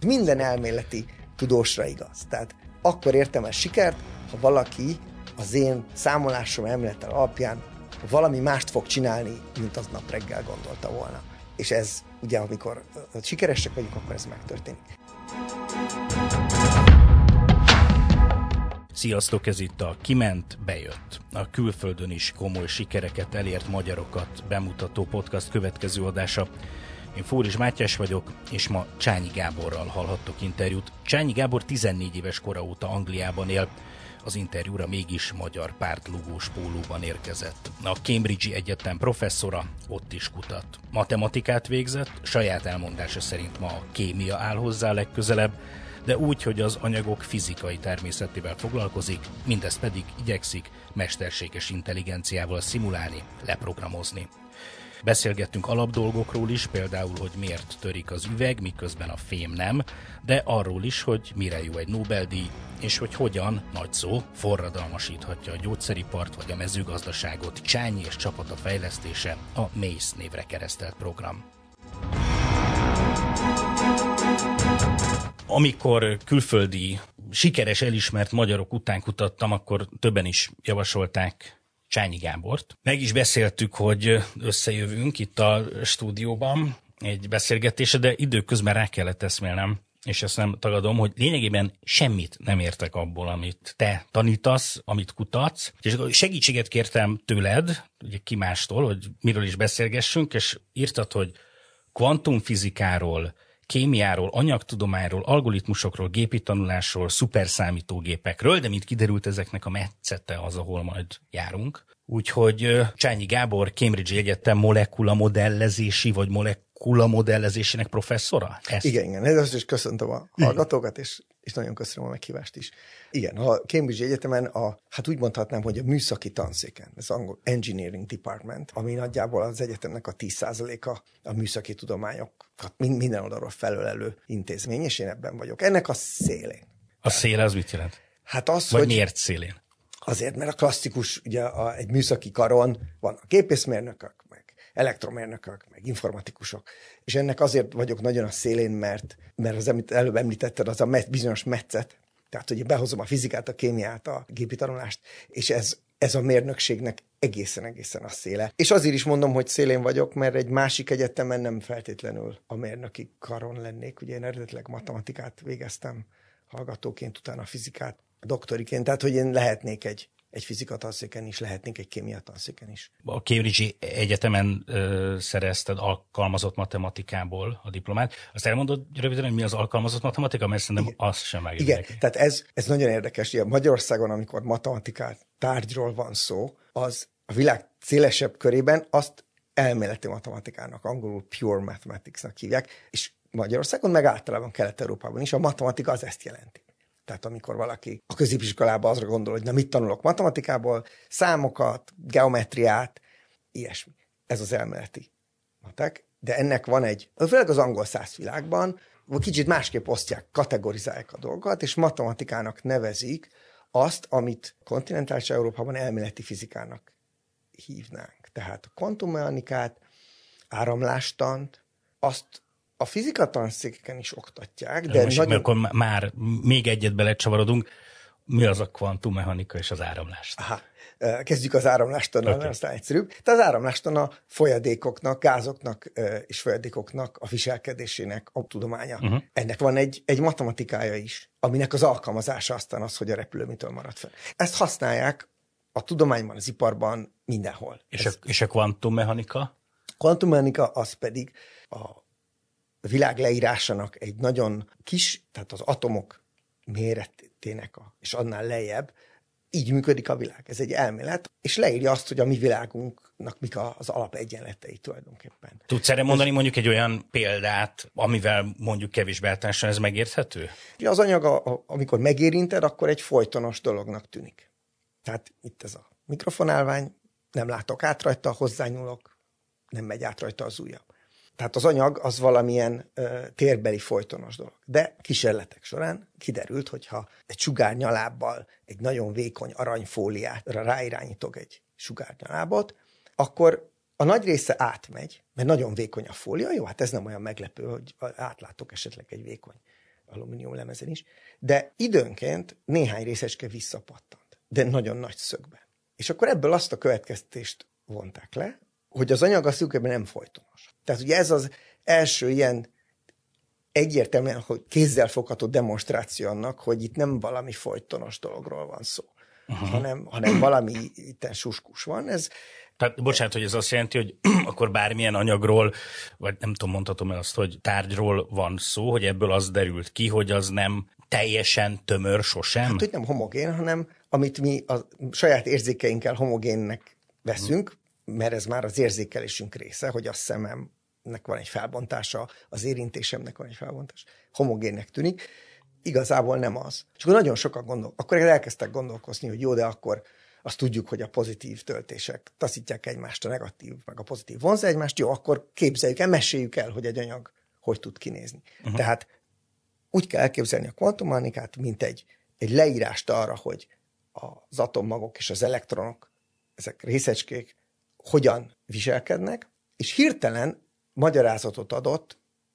minden elméleti tudósra igaz. Tehát akkor értem el sikert, ha valaki az én számolásom elméletel alapján valami mást fog csinálni, mint aznap reggel gondolta volna. És ez ugye, amikor sikeresek vagyunk, akkor ez megtörténik. Sziasztok, ez itt a Kiment, bejött. A külföldön is komoly sikereket elért magyarokat bemutató podcast következő adása. Én Fóris Mátyás vagyok, és ma Csányi Gáborral hallhattok interjút. Csányi Gábor 14 éves kora óta Angliában él. Az interjúra mégis magyar pártlogós pólóban érkezett. A Cambridge-i Egyetem professzora, ott is kutat. Matematikát végzett, saját elmondása szerint ma a kémia áll hozzá legközelebb, de úgy, hogy az anyagok fizikai természetével foglalkozik, mindezt pedig igyekszik mesterséges intelligenciával szimulálni, leprogramozni. Beszélgettünk alapdolgokról is, például, hogy miért törik az üveg, miközben a fém nem, de arról is, hogy mire jó egy Nobel-díj, és hogy hogyan, nagy szó, forradalmasíthatja a gyógyszeripart vagy a mezőgazdaságot Csányi és csapata fejlesztése, a MACE névre keresztelt program. Amikor külföldi, sikeres, elismert magyarok után kutattam, akkor többen is javasolták Csányi Gábort. Meg is beszéltük, hogy összejövünk itt a stúdióban egy beszélgetésre, de időközben rá kellett eszmélnem, és ezt nem tagadom, hogy lényegében semmit nem értek abból, amit te tanítasz, amit kutatsz. És segítséget kértem tőled, ugye ki mástól, hogy miről is beszélgessünk, és írtad, hogy kvantumfizikáról, kémiáról, anyagtudományról, algoritmusokról, gépi tanulásról, szuperszámítógépekről, de mint kiderült, ezeknek a metszete az, ahol majd járunk. Úgyhogy Csányi Gábor, Cambridge Egyetem molekulamodellezési vagy molekulamodellezésének professzora? Igen. Ezt is köszöntöm a hallgatókat, és nagyon köszönöm a meghívást is. Igen, a Cambridge Egyetemen hát úgy mondhatnám, hogy a műszaki tanszéken, ez angol Engineering Department, ami nagyjából az egyetemnek a 10%-a a műszaki tudományok, minden oldalról felölelő intézmény, és én ebben vagyok. Ennek a szélén. A széle az mit jelent? Hát az, vagy hogy miért szélén? Azért, mert a klasszikus, ugye egy műszaki karon van a gépészmérnökök, meg elektromérnökök, meg informatikusok. És ennek azért vagyok nagyon a szélén, mert az, amit előbb említetted, az a bizonyos metszet, tehát hogy behozom a fizikát, a kémiát, a gépi tanulást, és ez a mérnökségnek egészen a széle. És azért is mondom, hogy szélén vagyok, mert egy másik egyetemen nem feltétlenül a mérnöki karon lennék. Ugye én eredetileg matematikát végeztem hallgatóként, utána fizikát doktoriként, tehát hogy én lehetnék egy fizikatanszéken is, lehetnék egy kémiatanszéken is. A Cambridge Egyetemen szerezted alkalmazott matematikából a diplomát. Azt elmondod röviden, hogy mi az alkalmazott matematika, mert szerintem az sem megérdekel. Igen, tehát ez nagyon érdekes. Ugye Magyarországon, amikor matematikát tárgyról van szó, az a világ szélesebb körében azt elméleti matematikának, angolul pure mathematicsnak hívják, és Magyarországon, meg általában Kelet-Európában is a matematika az ezt jelenti. Tehát amikor valaki a középiskolában azra gondol, hogy na mit tanulok matematikából, számokat, geometriát, ilyesmi. Ez az elméleti matek. De ennek van főleg az angol száz világban, kicsit másképp osztják, kategorizálják a dolgokat, és matematikának nevezik azt, amit kontinentális Európában elméleti fizikának hívnánk. Tehát a kvantummechanikát, áramlástant, azt a fizikatanszéken is oktatják, de most akkor már még egyet belecsavarodunk. Mi az a kvantummechanika és az áramlás? Kezdjük az áramlástannal, mert aztán egyszerűbb. Tehát az áramlástan a folyadékoknak, gázoknak és folyadékoknak a viselkedésének a tudománya. Ennek van egy matematikája is, aminek az alkalmazása aztán az, hogy a repülő mitől marad fel. Ezt használják a tudományban, az iparban, mindenhol. És a kvantummechanika? Kvantummechanika az pedig a világ leírásának egy nagyon kis, tehát az atomok méretének és annál lejjebb, így működik a világ. Ez egy elmélet, és leírja azt, hogy a mi világunknak mik az alapegyenletei tulajdonképpen. Tudsz erre mondani mondjuk egy olyan példát, amivel mondjuk kevésbé általánosan ez megérthető? Az anyag, amikor megérinted, akkor egy folytonos dolognak tűnik. Tehát itt ez a mikrofonálvány, nem látok át rajta, hozzányúlok, nem megy át rajta az ujjam. Tehát az anyag az valamilyen térbeli folytonos dolog. De kísérletek során kiderült, hogyha egy sugárnyalábbal egy nagyon vékony aranyfóliára ráirányítok egy sugárnyalábot, akkor a nagy része átmegy, mert nagyon vékony a fólia. Jó, hát ez nem olyan meglepő, hogy átlátok esetleg egy vékony alumínium lemezen is, de időnként néhány részecske visszapattant, de nagyon nagy szögben. És akkor ebből azt a következtetést vonták le, hogy az anyag a szűkében nem folytonos. Tehát ugye ez az első ilyen egyértelműen, hogy kézzel fogható demonstráció annak, hogy itt nem valami folytonos dologról van szó, hanem valami itten suskus van. Tehát, bocsánat, hogy ez azt jelenti, hogy akkor bármilyen anyagról, vagy nem tudom, mondhatom-e azt, hogy tárgyról van szó, hogy ebből az derült ki, hogy az nem teljesen tömör sosem? Hát, hogy nem homogén, hanem amit mi a saját érzékeinkkel homogénnek veszünk, mert ez már az érzékelésünk része, hogy a szememnek van egy felbontása, az érintésemnek van egy felbontása, homogénnek tűnik, igazából nem az. És akkor nagyon sokan akkor elkezdtek gondolkozni, hogy jó, de akkor azt tudjuk, hogy a pozitív töltések taszítják egymást, a negatív, meg a pozitív vonzza egymást, jó, akkor képzeljük el, meséljük el, hogy egy anyag hogy tud kinézni. Tehát úgy kell elképzelni a kvantummechanikát, mint egy leírást arra, hogy az atommagok és az elektronok, ezek részecskék hogyan viselkednek, és hirtelen magyarázatot adott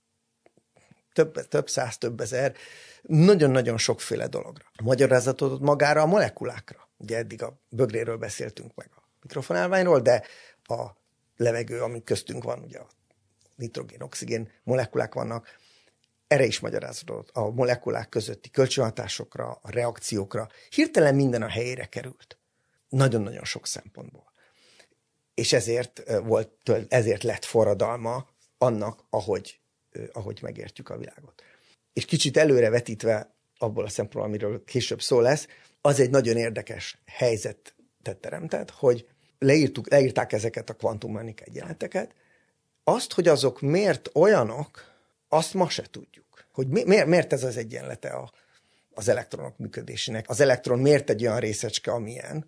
több száz, több ezer, nagyon-nagyon sokféle dologra. Magyarázatot adott magára a molekulákra. Ugye eddig a bögréről beszéltünk meg a mikrofonálványról, de a levegő, ami köztünk van, ugye a nitrogén, oxigén molekulák vannak, erre is magyarázatot a molekulák közötti kölcsönhatásokra, a reakciókra. Hirtelen minden a helyére került. Nagyon-nagyon sok szempontból. És ezért lett forradalma annak, ahogy megértjük a világot. És kicsit előrevetítve abból a szempontból, amiről később szó lesz, az egy nagyon érdekes helyzetet teremtett, hogy leírták ezeket a kvantummechanika egyenleteket, azt, hogy azok miért olyanok, azt ma se tudjuk. Hogy miért ez az egyenlete az elektronok működésének. Az elektron miért egy olyan részecske, amilyen.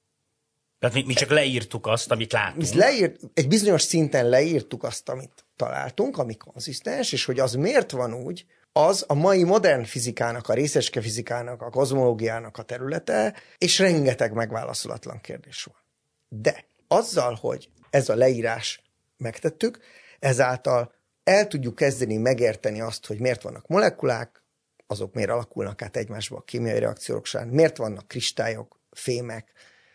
Tehát mi csak leírtuk azt, amit látunk. Egy bizonyos szinten leírtuk azt, amit találtunk, ami konzisztens, és hogy az miért van úgy, az a mai modern fizikának, a részecske fizikának, a kozmológiának a területe, és rengeteg megválaszolatlan kérdés van. De azzal, hogy ez a leírás megtettük, ezáltal el tudjuk kezdeni megérteni azt, hogy miért vannak molekulák, azok miért alakulnak át egymásba a kémiai reakciók során, miért vannak kristályok, fémek,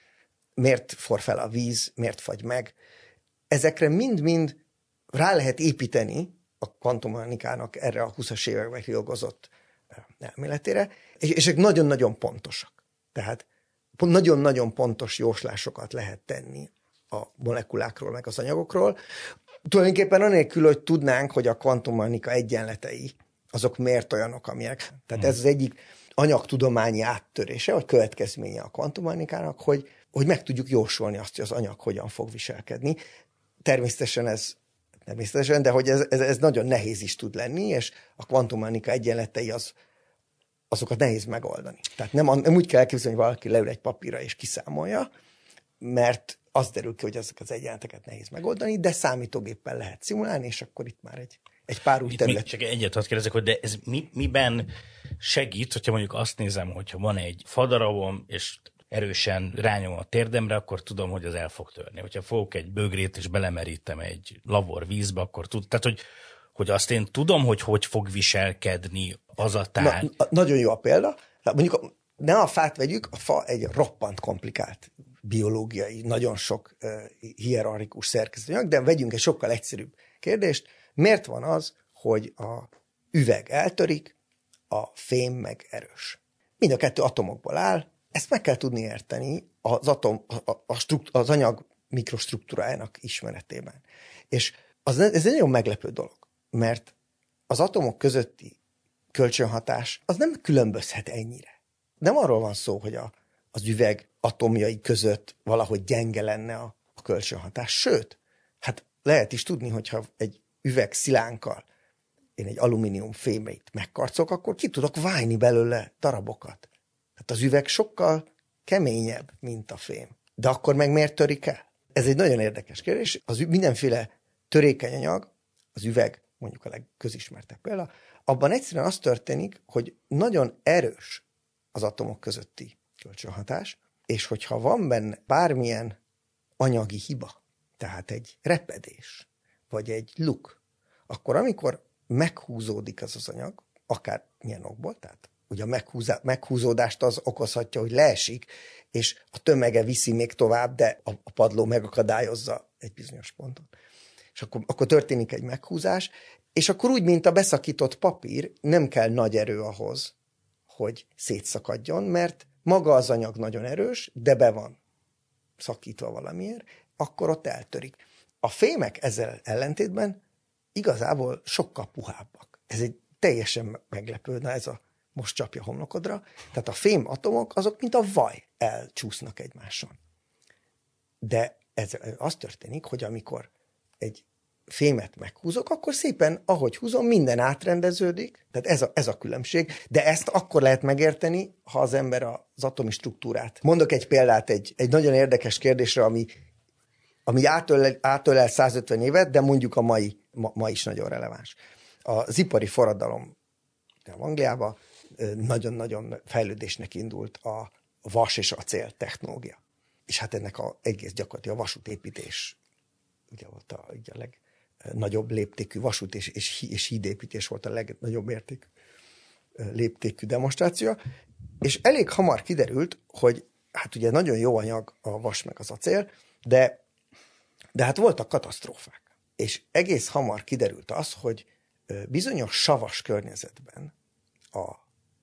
miért for fel a víz, miért fagy meg. Ezekre mind-mind rá lehet építeni a kvantummechanikának erre a 20-as években kidolgozott elméletére, és ezek nagyon-nagyon pontosak. Tehát nagyon-nagyon pontos jóslásokat lehet tenni a molekulákról, meg az anyagokról. Tulajdonképpen anélkül, hogy tudnánk, hogy a kvantummechanika egyenletei, azok miért olyanok, amilyenek. Tehát ez az egyik anyagtudományi áttörése, vagy következménye a kvantummechanikának, hogy meg tudjuk jósolni azt, hogy az anyag hogyan fog viselkedni. Természetesen, de hogy ez nagyon nehéz is tud lenni, és a kvantummechanika egyenletei azokat nehéz megoldani. Tehát nem úgy kell elképzelni, hogy valaki leül egy papírra és kiszámolja, mert az derül ki, hogy ezek az egyenleteket nehéz megoldani, de számítógéppel lehet szimulálni, és akkor itt már egy pár új terület. Csak egyet hadd kérdezek, hogy de ez miben segít, hogyha mondjuk azt nézem, hogyha van egy fadarabom, és erősen rányom a térdemre, akkor tudom, hogy az el fog törni. Hogyha fogok egy bögrét, és belemerítem egy labor vízbe, akkor tehát, hogy azt én tudom, hogy fog viselkedni az a tárgy. Nagyon jó a példa. Mondjuk ne a fát vegyük, a fa egy roppant komplikált biológiai, nagyon sok hierarchikus szerkezetanyag, de vegyünk egy sokkal egyszerűbb kérdést. Miért van az, hogy a üveg eltörik, a fém meg erős? Mind a kettő atomokból áll, ezt meg kell tudni érteni az anyag mikrostruktúrájának ismeretében. És ez egy nagyon meglepő dolog, mert az atomok közötti kölcsönhatás az nem különbözhet ennyire. Nem arról van szó, hogy az üveg atomjai között valahogy gyenge lenne a kölcsönhatás. Sőt, hát lehet is tudni, hogyha egy üveg szilánkkal én egy alumínium fémeit megkarcolok, akkor ki tudok vájni belőle darabokat. Tehát az üveg sokkal keményebb, mint a fém. De akkor meg miért törik el? Ez egy nagyon érdekes kérdés. Mindenféle törékeny anyag, az üveg mondjuk a legközismertebb példa, abban egyszerűen az történik, hogy nagyon erős az atomok közötti kölcsönhatás, és hogyha van benne bármilyen anyagi hiba, tehát egy repedés, vagy egy luk, akkor amikor meghúzódik az anyag, akár milyen okból, tehát ugye a meghúzódást az okozhatja, hogy leesik, és a tömege viszi még tovább, de a padló megakadályozza egy bizonyos ponton. És akkor történik egy meghúzás, és akkor úgy, mint a beszakított papír, nem kell nagy erő ahhoz, hogy szétszakadjon, mert maga az anyag nagyon erős, de be van szakítva valamiért, akkor ott eltörik. A fémek ezzel ellentétben igazából sokkal puhábbak. Ez egy teljesen meglepő, na ez a most csapja homlokodra. Tehát a fém atomok azok, mint a vaj, elcsúsznak egymáson. De ez az történik, hogy amikor egy fémet meghúzok, akkor szépen, ahogy húzom, minden átrendeződik, tehát ez a különbség, de ezt akkor lehet megérteni, ha az ember az atomi struktúrát. Mondok egy példát egy nagyon érdekes kérdésre, ami átölel 150 évet, de mondjuk a ma is nagyon releváns. Az ipari forradalom Angliában nagyon-nagyon fejlődésnek indult a vas és acél technológia. És hát ennek egész gyakorlatilag a vasútépítés, ugye volt a legnagyobb léptékű vasút és hídépítés volt a legnagyobb léptékű demonstráció, és elég hamar kiderült, hogy hát ugye nagyon jó anyag a vas meg az acél, de hát voltak katasztrófák. És egész hamar kiderült az, hogy bizonyos savas környezetben a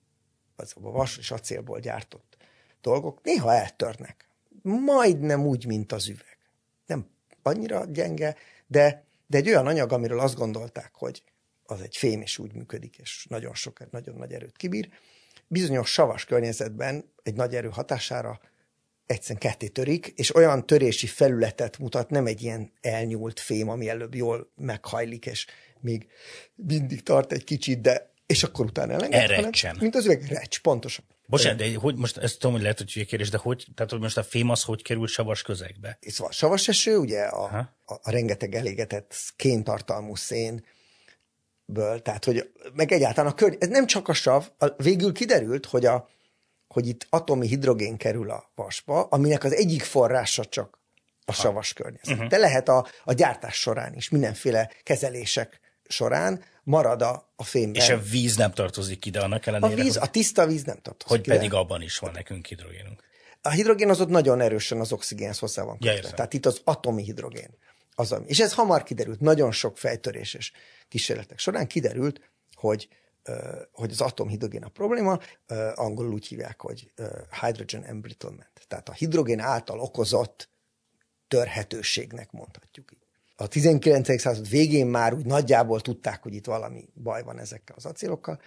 vas és acélból gyártott dolgok néha eltörnek. Majdnem úgy, mint az üveg. Nem annyira gyenge, de egy olyan anyag, amiről azt gondolták, hogy az egy fém, és úgy működik, és nagyon nagy erőt kibír. Bizonyos savas környezetben egy nagy erő hatására egyszerűen ketté törik, és olyan törési felületet mutat, nem egy ilyen elnyúlt fém, ami előbb jól meghajlik, és még mindig tart egy kicsit, és akkor utána elenged, hanem mint az üveg, recs, pontosan. Bocsánat, de hogy most ezt tudom, hogy lehet, hogy hülye kérdés, de tehát hogy most a fém az hogy kerül savas közegbe? Szóval savas eső, ugye a rengeteg elégetett kéntartalmú szénből, tehát hogy meg egyáltalán ez nem csak a sav, végül kiderült, hogy itt atomi hidrogén kerül a vasba, aminek az egyik forrása csak a savas környezet. De lehet a gyártás során is, mindenféle kezelések során marad a fémben. És a víz nem tartozik ide annak ellenére? A tiszta víz nem tartozik hogy ide. Pedig abban is van nekünk hidrogénunk. A hidrogén az ott nagyon erősen az oxigénhez hozzá van kötve. Tehát itt az atomi hidrogén. És ez hamar kiderült, nagyon sok fejtöréses kísérletek során kiderült, hogy az atomhidrogén a probléma, angolul úgy hívják, hogy hydrogen embrittlement. Tehát a hidrogén által okozott törhetőségnek mondhatjuk így. A 19. század végén már úgy nagyjából tudták, hogy itt valami baj van ezekkel az acélokkal.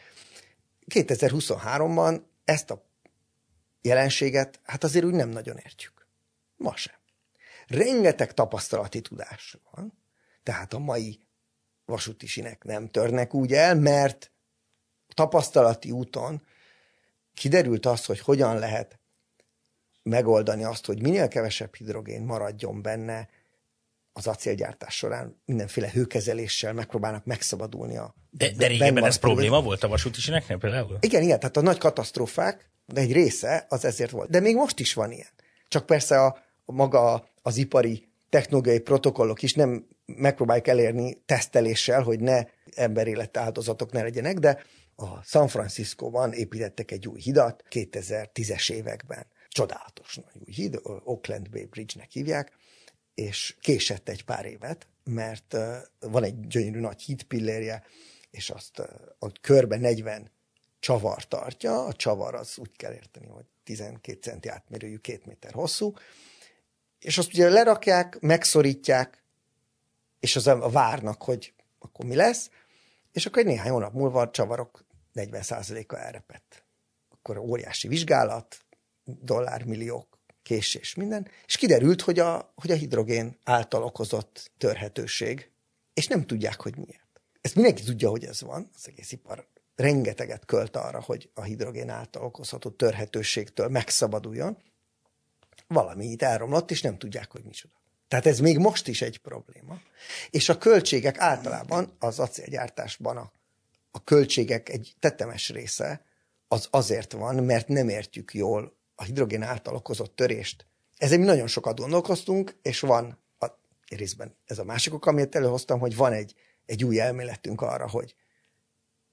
2023-ban ezt a jelenséget hát azért úgy nem nagyon értjük. Ma sem. Rengeteg tapasztalati tudás van, tehát a mai vasúti sinek nem törnek úgy el, mert tapasztalati úton kiderült az, hogy hogyan lehet megoldani azt, hogy minél kevesebb hidrogén maradjon benne az acélgyártás során, mindenféle hőkezeléssel megpróbálnak megszabadulni De régebben ez probléma volt a vasúti sineknél például? Igen, tehát a nagy katasztrófák, de egy része az ezért volt. De még most is van ilyen. Csak persze maga az ipari technológiai protokollok is nem megpróbálják elérni teszteléssel, hogy ne emberélet áldozatok ne legyenek, de a San Franciscóban építettek egy új hidat 2010-es években. Csodálatos nagy új híd, Oakland Bay Bridge-nek hívják, és késett egy pár évet, mert van egy gyönyörű nagy hídpillérje, és azt a körbe 40 csavar tartja. A csavar az úgy kell érteni, hogy 12 centi átmérőjű, 2 méter hosszú, és azt ugye lerakják, megszorítják, és az várnak, hogy akkor mi lesz, és akkor egy néhány hónap múlva a csavarok 40%-a elrepett. Akkor óriási vizsgálat, dollármilliók, késés, minden, és kiderült, hogy a hidrogén által okozott törhetőség, és nem tudják, hogy miért. Ezt mindenki tudja, hogy ez van, az egész ipar rengeteget költ arra, hogy a hidrogén által okozható törhetőségtől megszabaduljon, valami itt elromlott, és nem tudják, hogy micsoda. Tehát ez még most is egy probléma. És a költségek általában az acélgyártásban a költségek egy tetemes része az azért van, mert nem értjük jól a hidrogén által okozott törést. Ezzel mi nagyon sokat gondolkoztunk, és van, részben ez a másik ok, amit előhoztam, hogy van egy új elméletünk arra, hogy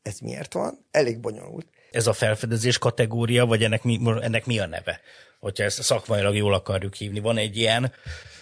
Ez miért van? Elég bonyolult. Ez a felfedezés kategória, vagy ennek mi a neve? Hogyha ezt szakmailag jól akarjuk hívni. Van egy ilyen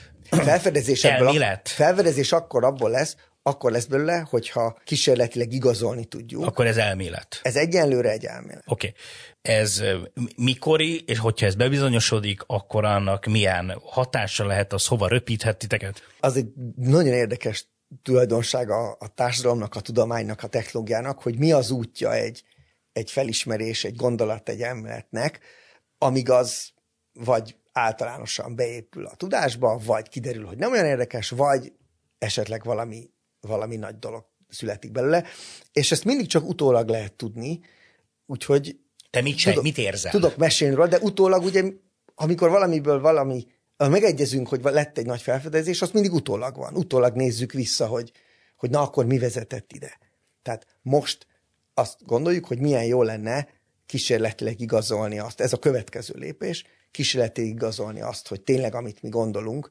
felfedezés akkor lesz belőle, hogyha kísérletileg igazolni tudjuk. Akkor ez elmélet. Ez egyenlőre egy elmélet. Oké. Ez mikori, és hogyha ez bebizonyosodik, akkor annak milyen hatása lehet, az hova röpíthet titeket? Az egy nagyon érdekes tulajdonsága a társadalomnak, a tudománynak, a technológiának, hogy mi az útja egy felismerés, egy gondolat, egy elméletnek, amíg az vagy általánosan beépül a tudásba, vagy kiderül, hogy nem olyan érdekes, vagy esetleg valami nagy dolog születik belőle, és ezt mindig csak utólag lehet tudni, úgyhogy te mit érzel? Tudok mesélni róla, de utólag ugye, amikor megegyezünk, hogy lett egy nagy felfedezés, az mindig utólag van. Utólag nézzük vissza, hogy na akkor mi vezetett ide. Tehát most azt gondoljuk, hogy milyen jó lenne kísérletileg igazolni azt, ez a következő lépés, kísérletileg igazolni azt, hogy tényleg amit mi gondolunk,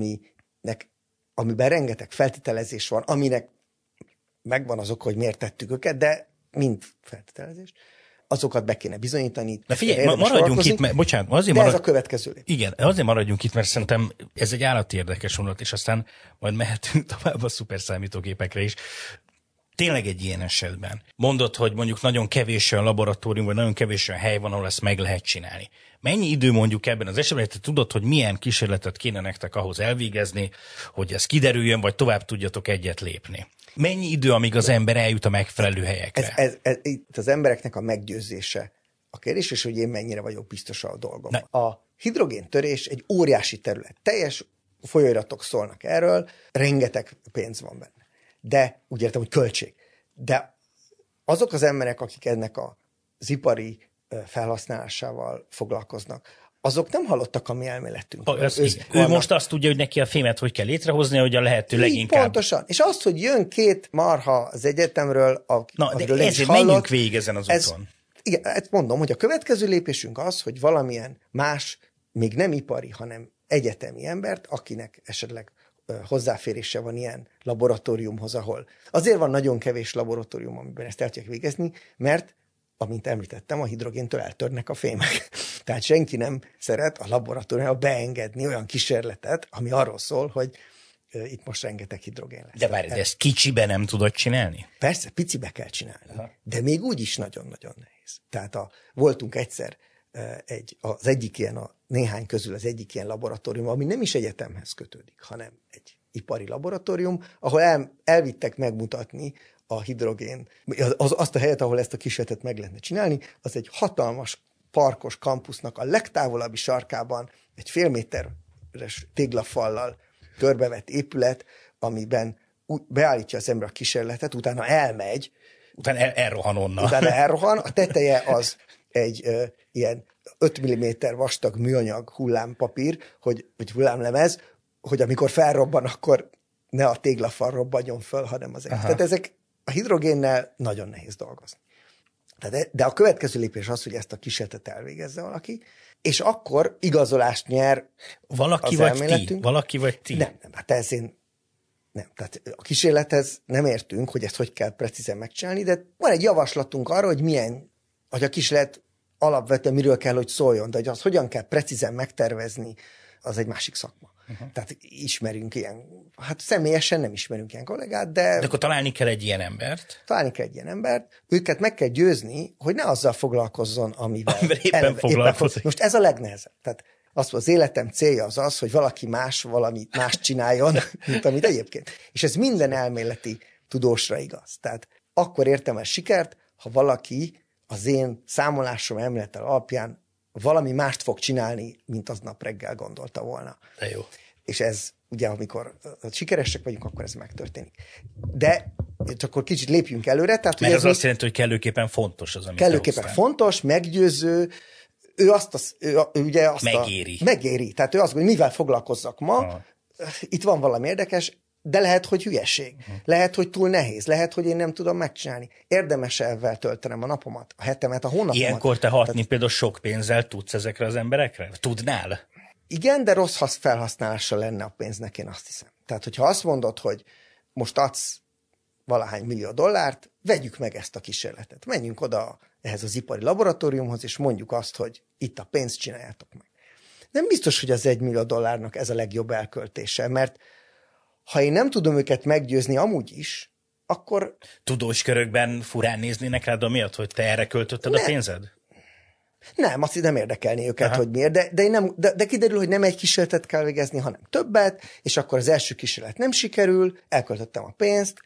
amiben rengeteg feltételezés van, aminek megvan az oka, hogy miért tettük őket, de mind feltételezés, azokat be kéne bizonyítani. Na figyelj, maradjunk itt, ez a következő lépés. Igen, azért maradjunk itt, mert szerintem ez egy állati érdekes vonat, és aztán majd mehetünk tovább a szuperszámítógépekre is. Tényleg egy ilyen esetben mondod, hogy mondjuk nagyon kevés olyan laboratórium, vagy nagyon kevés olyan hely van, ahol ezt meg lehet csinálni. Mennyi idő mondjuk ebben az esetben, te tudod, hogy milyen kísérletet kéne nektek ahhoz elvégezni, hogy ez kiderüljön, vagy tovább tudjatok egyet lépni? Mennyi idő, amíg az ember eljut a megfelelő helyekre? Itt az embereknek a meggyőzése a kérdés, és hogy én mennyire vagyok biztos a dolgom. A hidrogéntörés egy óriási terület. Teljes folyóiratok szólnak erről, rengeteg pénz van benne. De úgy értem, hogy költség. De azok az emberek, akik ennek az ipari felhasználásával foglalkoznak, azok nem hallottak a mi elméletünkről. Ő most azt tudja, hogy neki a fémet hogy kell létrehozni, hogy a lehető leginkább. Pontosan. És azt, hogy jön két marha az egyetemről, de ezért menjünk végig ezen az úton. Igen, ezt mondom, hogy a következő lépésünk az, hogy valamilyen más, még nem ipari, hanem egyetemi embert, akinek esetleg hozzáférése van ilyen laboratóriumhoz, ahol azért van nagyon kevés laboratórium, amiben ezt el tudják végezni, mert, amint említettem, a hidrogéntől eltörnek a fémek. Tehát senki nem szeret a laboratóriumba beengedni olyan kísérletet, ami arról szól, hogy itt most rengeteg hidrogén lesz. De várj, de ezt kicsibe nem tudod csinálni? Persze, picibe kell csinálni, de még úgy is nagyon-nagyon nehéz. Tehát voltunk egyszer az egyik ilyen, a néhány közül az egyik ilyen laboratórium, ami nem is egyetemhez kötődik, hanem egy ipari laboratórium, ahol elvittek megmutatni a hidrogén, azt a helyet, ahol ezt a kísérletet meg lehetne csinálni, az egy hatalmas parkos kampusznak a legtávolabbi sarkában egy fél méteres téglafallal körbevett épület, amiben beállítja az ember a kísérletet, utána elmegy. Utána elrohan onnan. Utána elrohan, a teteje az egy ilyen 5 mm vastag műanyag hullámpapír, vagy hullámlemez, hogy amikor felrobban, akkor ne a téglafal robbanjon föl, hanem az egy. Tehát ezek a hidrogénnel nagyon nehéz dolgozni. De a következő lépés az, hogy ezt a kísérletet elvégezze valaki, és akkor igazolást nyer valaki az vagy elméletünk. Valaki vagy ti? Nem, hát nem. Tehát a kísérlethez nem értünk, hogy ezt hogy kell precízen megcsinálni, de van egy javaslatunk arra, hogy a kísérlet alapvetően miről kell, hogy szóljon, de hogy azt hogyan kell precízen megtervezni, az egy másik szakma. Tehát ismerünk ilyen, hát személyesen nem ismerünk ilyen kollégát, de akkor találni kell egy ilyen embert. Őket meg kell győzni, hogy ne azzal foglalkozzon, amivel éppen foglalkozik. Most ez a legnehezebb. Tehát az életem célja az, hogy valaki valami más csináljon, mint amit egyébként. És ez minden elméleti tudósra igaz. Tehát akkor értem el sikert, ha valaki az én számolásom elméletel alapján valami mást fog csinálni, mint aznap reggel gondolta volna. De jó. És ez ugye, amikor sikeresek vagyunk, akkor ez megtörténik. De csak akkor kicsit lépjünk előre. Tehát, mert ez azt jelenti, hogy kellőképpen fontos az, amit kellőképpen fontos, meggyőző, ő ugye azt megéri. Tehát ő azt mondja, mivel foglalkozzak ma, itt van valami érdekes, de lehet, hogy hülyeség. Lehet, hogy túl nehéz. Lehet, hogy én nem tudom megcsinálni. Érdemes ezzel töltenem a napomat, a hetemet, a hónapomat. Ilyenkor te hatni például sok pénzzel tudsz ezekre az emberekre? Tudnál? Igen, de rossz felhasználása lenne a pénznek, én azt hiszem. Tehát, hogyha azt mondod, hogy most adsz valahány millió dollárt, vegyük meg ezt a kísérletet. Menjünk oda ehhez az ipari laboratóriumhoz, és mondjuk azt, hogy itt a pénzt csináljátok meg. Nem biztos, hogy az $1 millió ez a legjobb elköltése, mert ha én nem tudom őket meggyőzni amúgy is, akkor... Tudós körökben furán néznének rád amiatt, hogy te erre költötted a pénzed? Nem, azt nem érdekelni őket, hogy miért, de kiderül, hogy nem egy kísérletet kell végezni, hanem többet, és akkor az első kísérlet nem sikerül, elköltöttem a pénzt.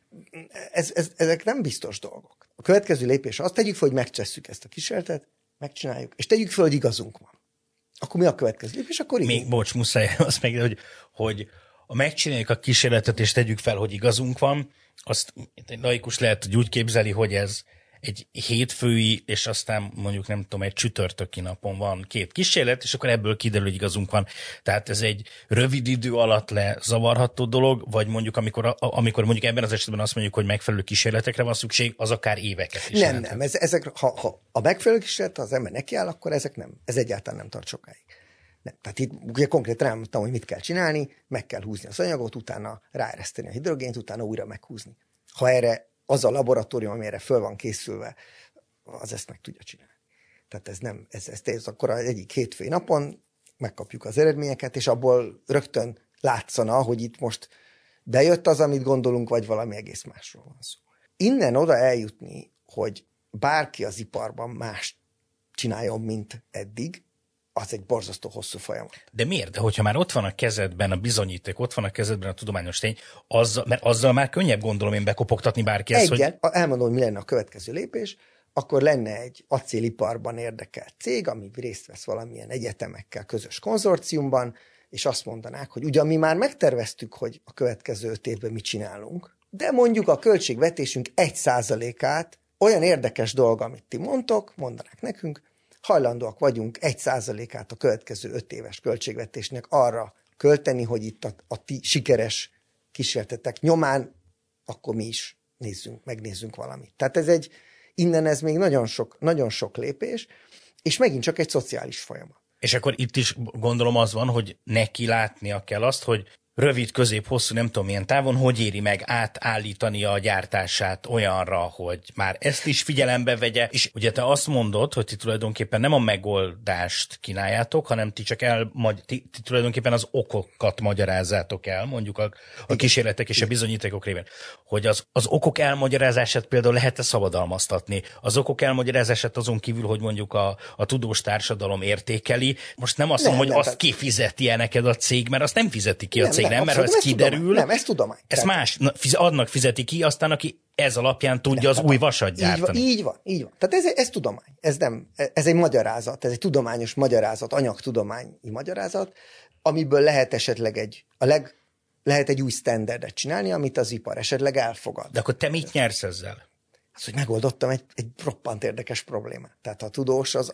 Ezek nem biztos dolgok. A következő lépés az, tegyük fel, hogy megcsesszük ezt a kísérletet, megcsináljuk, és tegyük fel, hogy igazunk van. Akkor mi a következő lépés? Akkor még, bocs, muszáj azt meg, hogy megcsináljuk a kísérletet, és tegyük fel, hogy igazunk van, azt egy laikus lehet, hogy úgy képzeli, hogy ez egy hétfői, és aztán mondjuk nem tudom, egy csütörtöki napon van 2 kísérlet, és akkor ebből kiderül, hogy igazunk van. Tehát ez egy rövid idő alatt lezavarható dolog, vagy mondjuk amikor mondjuk ebben az esetben azt mondjuk, hogy megfelelő kísérletekre van szükség, az akár éveket is. Nem. Ezek, ha a megfelelő kísérlet az ember nekiáll, akkor ez egyáltalán nem tart sokáig. Nem. Tehát itt ugye konkrétan elmondtam, hogy mit kell csinálni, meg kell húzni az anyagot, utána ráereszteni a hidrogént, utána újra meghúzni. Ha erre az a laboratórium, amire föl van készülve, az ezt meg tudja csinálni. Tehát ez akkor egyik hétfői napon megkapjuk az eredményeket, és abból rögtön látszana, hogy itt most bejött az, amit gondolunk, vagy valami egész másról van szó. Innen oda eljutni, hogy bárki az iparban más csináljon, mint eddig, az egy borzasztó hosszú folyamat. De miért? De hogyha már ott van a kezedben a bizonyíték, ott van a kezedben a tudományos tény, mert azzal már könnyebb, gondolom én, bekopogtatni bárki ezt, hogy... Elmondom, hogy mi lenne a következő lépés, akkor lenne egy acéliparban érdekelt cég, ami részt vesz valamilyen egyetemekkel közös konzorciumban, és azt mondanák, hogy ugyan mi már megterveztük, hogy a következő 5 évben mit csinálunk, de mondjuk a költségvetésünk 1%-át olyan érdekes dolga, amit ti mondtok, mondanák nekünk, hajlandóak vagyunk 1%-át a következő 5 éves költségvetésnek arra költeni, hogy itt a ti sikeres kísérletetek nyomán, akkor mi is megnézzünk valamit. Tehát innen ez még nagyon sok lépés, és megint csak egy szociális folyamat. És akkor itt is gondolom az van, hogy neki látnia kell azt, hogy rövid, közép, hosszú, nem tudom milyen távon, hogy éri meg átállítani a gyártását olyanra, hogy már ezt is figyelembe vegye. És ugye te azt mondod, hogy ti tulajdonképpen nem a megoldást kínáljátok, hanem ti csak ti tulajdonképpen az okokat magyarázzátok el, mondjuk a kísérletek és a bizonyítékok révén. Hogy az okok elmagyarázását például lehet-e szabadalmaztatni? Az okok elmagyarázását azon kívül, hogy mondjuk a tudós társadalom értékeli. Most nem azt mondom, hogy azt kifizeti-e neked a cég, mert azt nem fizeti ki a cég. Nem, mert ha ez kiderül, nem, ez tudomány. Ezt más, annak fizeti ki, aztán aki ez alapján tudja az új vasat gyártani. Így van. Tehát ez tudomány. Ez egy magyarázat, ez egy tudományos magyarázat, anyagtudományi magyarázat, amiből lehet esetleg lehet egy új standardet csinálni, amit az ipar esetleg elfogad. De akkor te mit nyersz ezzel? Az, hogy megoldottam egy roppant érdekes problémát. Tehát a tudós az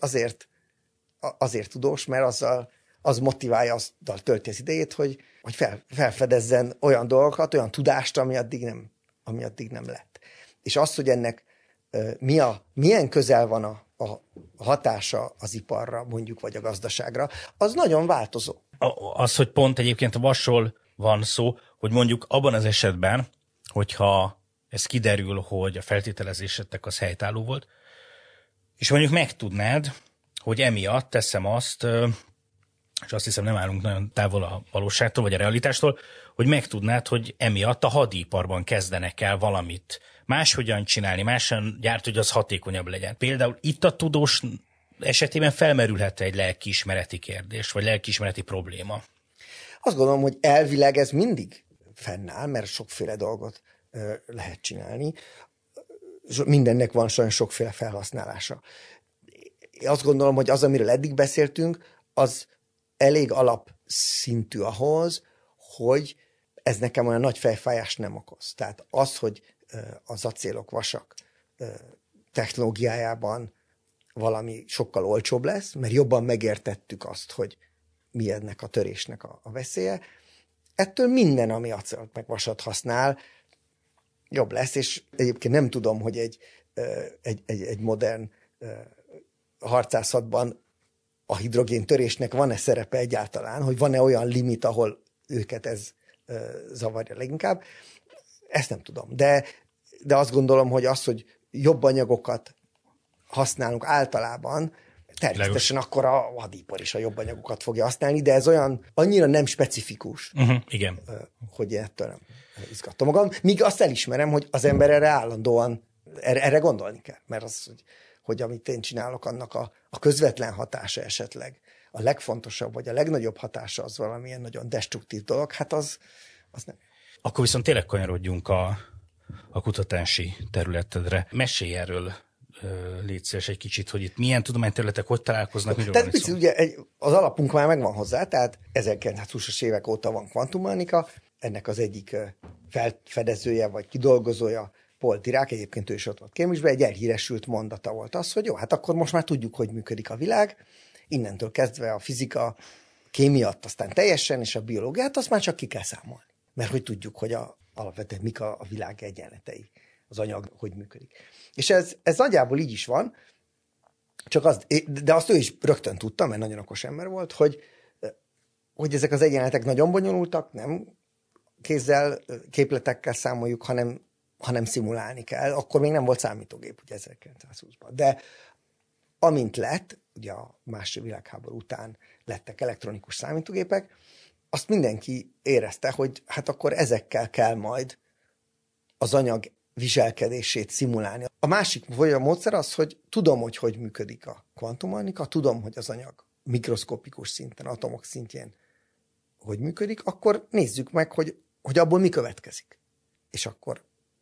azért tudós, mert az motiválja, azzal tölti az idejét, hogy felfedezzen olyan dolgokat, olyan tudást, ami addig nem lett. És az, hogy ennek milyen közel van a hatása az iparra, mondjuk, vagy a gazdaságra, az nagyon változó. Az, hogy pont egyébként a vasról van szó, hogy mondjuk abban az esetben, hogyha ez kiderül, hogy a feltételezésetek az helytálló volt, és mondjuk megtudnád, hogy emiatt teszem azt, és azt hiszem nem állunk nagyon távol a valóságtól, vagy a realitástól, hogy megtudnád, hogy emiatt a hadiparban kezdenek el valamit máshogyan csinálni, máshogyan gyárt, hogy az hatékonyabb legyen. Például itt a tudós esetében felmerülhet egy lelkiismereti kérdés, vagy lelkiismereti probléma. Azt gondolom, hogy elvileg ez mindig fennáll, mert sokféle dolgot lehet csinálni. Mindennek van sajnos sokféle felhasználása. Én azt gondolom, hogy az, amiről eddig beszéltünk, az elég alapszintű ahhoz, hogy ez nekem olyan nagy fejfájást nem okoz. Tehát az, hogy az acélok, vasak technológiájában valami sokkal olcsóbb lesz, mert jobban megértettük azt, hogy mi ennek a törésnek a veszélye, ettől minden, ami acélt meg vasat használ, jobb lesz, és egyébként nem tudom, hogy egy modern harcászatban a hidrogéntörésnek van-e szerepe egyáltalán, hogy van-e olyan limit, ahol őket ez zavarja leginkább. Ezt nem tudom, de azt gondolom, hogy hogy jobb anyagokat használunk általában, természetesen akkor a hadipar is a jobb anyagokat fogja használni, de ez annyira nem specifikus, igen. hogy ettől nem izgattam magam. Míg azt elismerem, hogy az ember erre állandóan, erre gondolni kell, mert az, hogy amit én csinálok, annak a közvetlen hatása esetleg a legfontosabb, vagy a legnagyobb hatása az valamilyen nagyon destruktív dolog, hát az nem. Akkor viszont tényleg kanyarodjunk a kutatási területedre. Mesélj erről, légy szíves egy kicsit, hogy itt milyen tudományterületek hogy találkoznak, miről tehát van szó? ugye az alapunk már megvan hozzá, tehát 1920-as évek óta van kvantummechanika, ennek az egyik felfedezője vagy kidolgozója Paul Dirac, egyébként ő is ott volt Cambridge-ben, egy elhíresült mondata volt az, hogy jó, hát akkor most már tudjuk, hogy működik a világ, innentől kezdve a fizika, kémiát aztán teljesen, és a biológiát azt már csak ki kell számolni. Mert hogy tudjuk, hogy alapvetően mik a világ egyenletei, az anyag hogy működik. És ez nagyjából így is van, de azt ő is rögtön tudta, mert nagyon okos ember volt, hogy ezek az egyenletek nagyon bonyolultak, nem kézzel, képletekkel számoljuk, hanem szimulálni kell. Akkor még nem volt számítógép, ugye 1920-ban. De amint lett, ugye a második világháború után lettek elektronikus számítógépek, azt mindenki érezte, hogy hát akkor ezekkel kell majd az anyag viselkedését szimulálni. A másik módszer az, hogy tudom, hogy működik a kvantummechanika, tudom, hogy az anyag mikroszkopikus szinten, atomok szintjén hogy működik, akkor nézzük meg, hogy abból mi következik. És akkor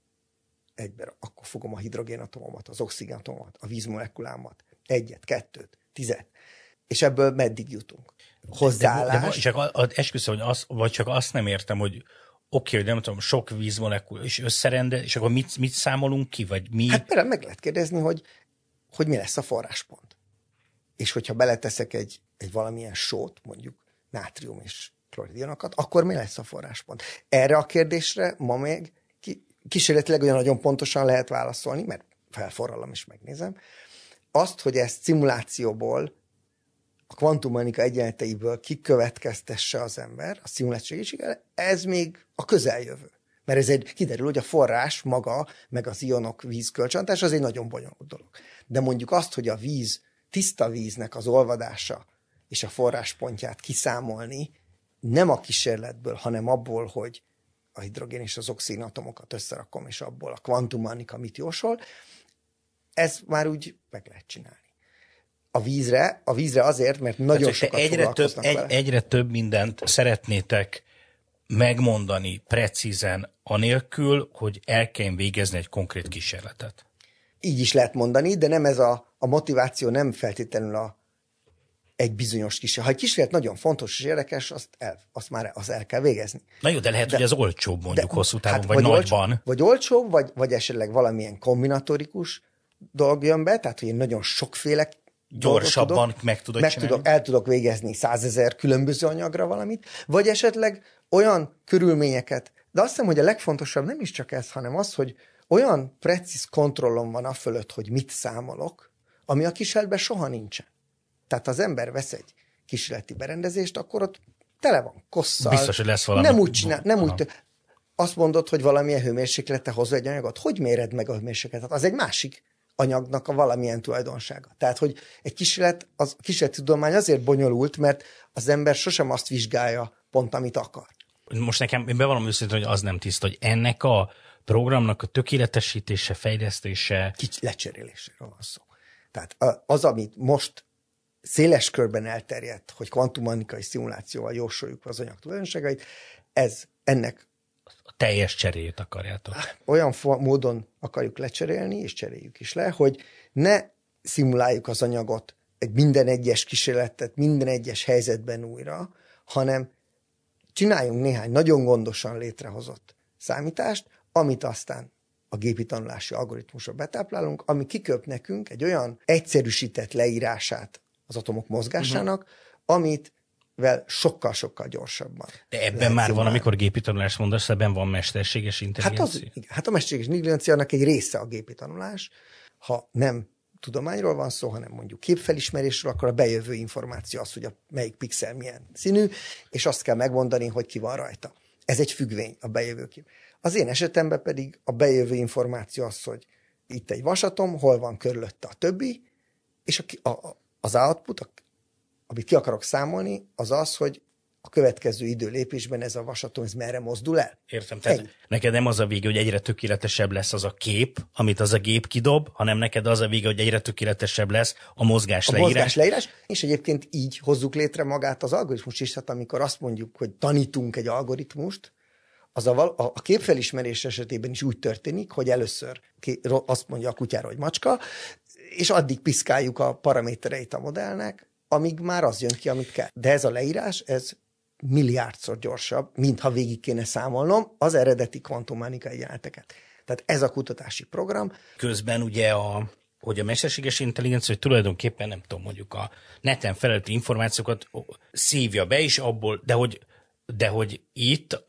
akkor fogom a hidrogénatomomat, az oxigénatomomat, a vízmolekulámat, 1, 2, 10, és ebből meddig jutunk. Hozzáállás. De csak esküszöm, vagy csak azt nem értem, hogy oké, hogy nem tudom, sok vízmolekul, és összerendel, és akkor mit számolunk ki, vagy mi? Hát például meg lehet kérdezni, hogy mi lesz a forráspont. És hogyha beleteszek egy valamilyen sót, mondjuk nátrium és kloridionokat, akkor mi lesz a forráspont? Erre a kérdésre ma még kísérletileg olyan nagyon pontosan lehet válaszolni, mert felforralom és megnézem. Azt, hogy ezt szimulációból, a kvantummechanika egyenleteiből kikövetkeztesse az ember, a szimuláció segítségével, ez még a közeljövő. Mert kiderül, hogy a forrás maga, meg az ionok vízkölcsönhatása, az egy nagyon bonyolult dolog. De mondjuk azt, hogy a tiszta víznek az olvadása és a forráspontját kiszámolni, nem a kísérletből, hanem abból, hogy a hidrogén és az oxigén atomokat összerakom, és abból a kvantummechanika mit jósol, ez már úgy meg lehet csinálni. A vízre azért, mert nagyon sokat foglalkoznak vele. Egyre több mindent szeretnétek megmondani precízen, anélkül, hogy el kell végezni egy konkrét kísérletet. Így is lehet mondani, de nem ez a motiváció nem feltétlenül egy bizonyos kísérlet. Ha egy kísérlet nagyon fontos és érdekes, azt el kell végezni. Na jó, de lehet, hogy ez olcsóbb mondjuk hosszú távon, vagy nagyban. Vagy olcsóbb, vagy esetleg valamilyen kombinatorikus dolog jön be, tehát hogy én nagyon sokféle gyorsabban meg tudod csinálni. El tudok végezni 100 000 különböző anyagra valamit, vagy esetleg olyan körülményeket, de azt hiszem, hogy a legfontosabb nem is csak ez, hanem az, hogy olyan precíz kontrollom van afölött, hogy mit számolok, ami a kísérletben soha nincsen. Tehát ha az ember vesz egy kísérleti berendezést, akkor ott tele van kosszal. Biztos, hogy lesz valami. Nem úgy csinál, azt mondod, hogy valamilyen hőmérséklete hozza egy anyagot. Hogy méred meg a hőmérsékletet? Az egy másik anyagnak a valamilyen tulajdonsága. Tehát, hogy egy kísérleti tudomány azért bonyolult, mert az ember sosem azt vizsgálja pont, amit akar. Most nekem, én bevallom őszintén, hogy az nem tiszta, hogy ennek a programnak a tökéletesítése, fejlesztése... Lecseréléséről van szó. Tehát az, amit most széles körben elterjedt, hogy kvantummechanikai szimulációval jósoljuk az anyag tulajdonságait, ennek a teljes cseréjét akarjátok. Olyan módon akarjuk lecserélni, és cseréljük is le, hogy ne szimuláljuk az anyagot egy minden egyes kísérletet, minden egyes helyzetben újra, hanem csináljunk néhány nagyon gondosan létrehozott számítást, amit aztán a gépi tanulási algoritmusra betáplálunk, ami kiköp nekünk egy olyan egyszerűsített leírását az atomok mozgásának, amivel sokkal-sokkal gyorsabban. De ebben már van, amikor gépi tanulást mondasz, ebben van mesterséges intelligencia? Hát a mesterséges intelligenciának egy része a gépi tanulás. Ha nem tudományról van szó, hanem mondjuk képfelismerésről, akkor a bejövő információ az, hogy melyik pixel milyen színű, és azt kell megmondani, hogy ki van rajta. Ez egy függvény, a bejövő kép. Az én esetemben pedig a bejövő információ az, hogy itt egy vasatom, hol van körülötte a többi, és az output, amit ki akarok számolni, az az, hogy a következő időlépésben ez a vasatom, ez merre mozdul el. Értem, tehát neked nem az a vége, hogy egyre tökéletesebb lesz az a kép, amit az a gép kidob, hanem neked az a vége, hogy egyre tökéletesebb lesz a mozgásleírás. A mozgásleírás, és egyébként így hozzuk létre magát az algoritmus is, tehát amikor azt mondjuk, hogy tanítunk egy algoritmust, az a képfelismerés esetében is úgy történik, hogy először azt mondja a kutyára, hogy macska, és addig piszkáljuk a paramétereit a modellnek, amíg már az jön ki, amit kell. De ez a leírás, ez milliárdszor gyorsabb, mintha végig kéne számolnom az eredeti kvantummechanikai jeleneteket. Tehát ez a kutatási program. Közben ugye hogy a mesterséges intelligencia, hogy tulajdonképpen nem tudom, mondjuk a neten felelőtti információkat szívja be is abból, de hogy itt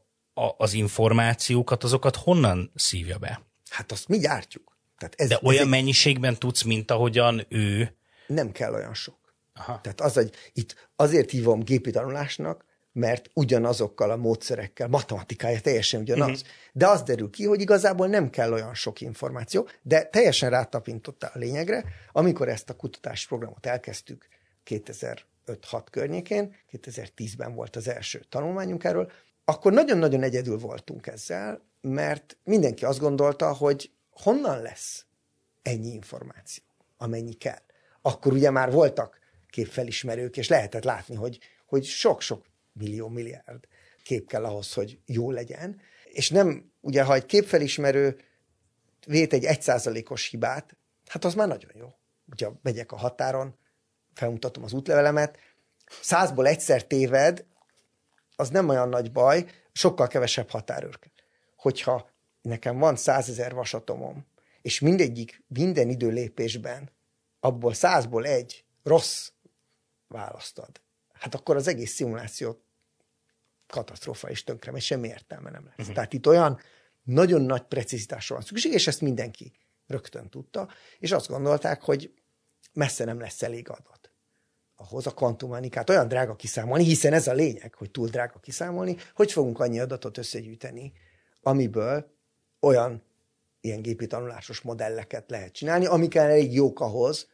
az információkat, azokat honnan szívja be? Hát azt mi gyártjuk. Tehát de olyan mennyiségben tudsz, mint ahogyan ő? Nem kell olyan sok. Aha. Tehát itt azért hívom gépi tanulásnak, mert ugyanazokkal a módszerekkel, matematikája teljesen ugyanaz. De az derül ki, hogy igazából nem kell olyan sok információ, de teljesen rátapintottál a lényegre, amikor ezt a kutatási programot elkezdtük 2005-6 környékén, 2010-ben volt az első tanulmányunk erről, akkor nagyon-nagyon egyedül voltunk ezzel, mert mindenki azt gondolta, hogy honnan lesz ennyi információ, amennyi kell. Akkor ugye már voltak képfelismerők, és lehetett látni, hogy sok-sok milliárd kép kell ahhoz, hogy jó legyen. És nem, ugye, ha egy képfelismerő vét egy 1%-os hibát, hát az már nagyon jó. Ugye megyek a határon, felmutatom az útlevelemet, 100-ból egyszer téved, az nem olyan nagy baj, sokkal kevesebb határőr. Hogyha nekem van 100 000 vasatomom, és minden időlépésben abból 100-ból egy rossz választad, hát akkor az egész szimuláció katasztrófa is tönkre, mert semmi értelme nem lesz. Tehát itt olyan nagyon nagy precizitásra van szükség, és ezt mindenki rögtön tudta, és azt gondolták, hogy messze nem lesz elég adat ahhoz a kvantummechanikát olyan drága kiszámolni, hiszen ez a lényeg, hogy túl drága kiszámolni, hogy fogunk annyi adatot összegyűjteni, amiből olyan ilyen gépi tanulásos modelleket lehet csinálni, amik elég jók ahhoz,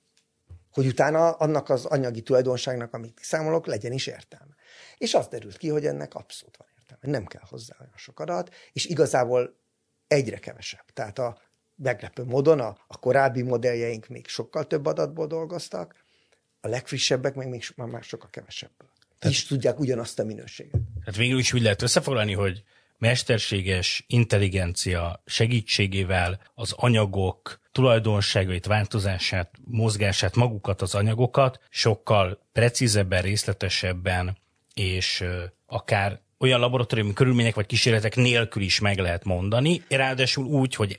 hogy utána annak az anyagi tulajdonságnak, amit kiszámolok, legyen is értelme. És az derült ki, hogy ennek abszolút van értelme. Nem kell hozzá olyan sok adat, és igazából egyre kevesebb. Tehát a meglepő módon a korábbi modelljeink még sokkal több adatból dolgoztak, a legfrissebbek meg még már sokkal kevesebből. Is tudják ugyanazt a minőséget. Hát végül is úgy lehet összefoglalni, hogy mesterséges intelligencia segítségével az anyagok tulajdonságait, változását, mozgását, magukat, az anyagokat sokkal precízebben, részletesebben és akár olyan laboratóriumi körülmények vagy kísérletek nélkül is meg lehet mondani. Ráadásul úgy, hogy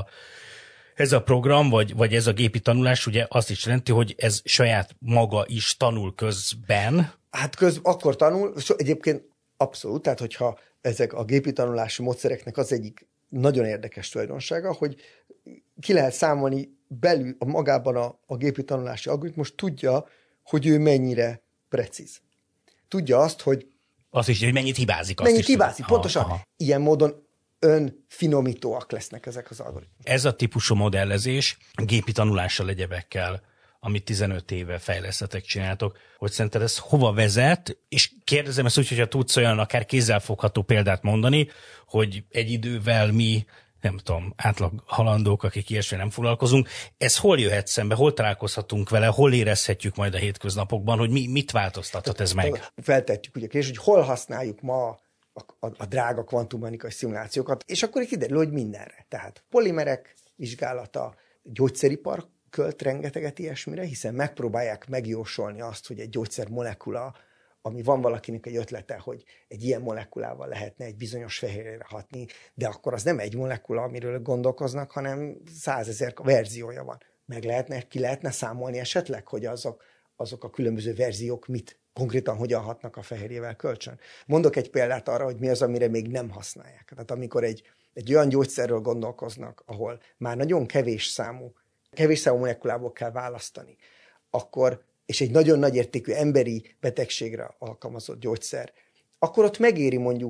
ez a program, vagy ez a gépi tanulás ugye azt is jelenti, hogy ez saját maga is tanul közben. Hát akkor tanul, egyébként abszolút, tehát hogyha ezek a gépi tanulási módszereknek az egyik nagyon érdekes tulajdonsága, hogy ki lehet számolni belül magában a gépi tanulási algoritmus, tudja, hogy ő mennyire precíz. Tudja azt, hogy mennyit hibázik. Mennyit hibázik, pontosan. Aha. Ilyen módon önfinomítóak lesznek ezek az algoritmusok. Ez a típusú modellezés gépi tanulással, egyebekkel, amit 15 éve fejlesztetek, csináltok, hogy szerinted ez hova vezet, és kérdezem ezt úgy, hogyha tudsz olyan akár kézzelfogható példát mondani, hogy egy idővel mi, nem tudom, átlag halandók, akik ilyesmi nem foglalkozunk, ez hol jöhet szembe, hol találkozhatunk vele, hol érezhetjük majd a hétköznapokban, hogy mit változtathat ez meg? Feltettük ugye kérdést, hogy hol használjuk ma a drága kvantummechanikai szimulációkat, és akkor kiderül, hogy mindenre. Tehát polimerek vizsgálata, gyógyszeripar költ rengeteget ilyesmire, hiszen megpróbálják megjósolni azt, hogy egy gyógyszermolekula, ami van valakinek egy ötlete, hogy egy ilyen molekulával lehetne egy bizonyos fehérjére hatni, de akkor az nem egy molekula, amiről gondolkoznak, hanem 100 000 verziója van. Ki lehetne számolni esetleg, hogy azok a különböző verziók konkrétan hogyan hatnak a fehérjével kölcsön. Mondok egy példát arra, hogy mi az, amire még nem használják. Tehát amikor egy olyan gyógyszerről gondolkoznak, ahol már nagyon kevés számú molekulából kell választani, és egy nagyon nagy értékű emberi betegségre alkalmazott gyógyszer, akkor ott megéri mondjuk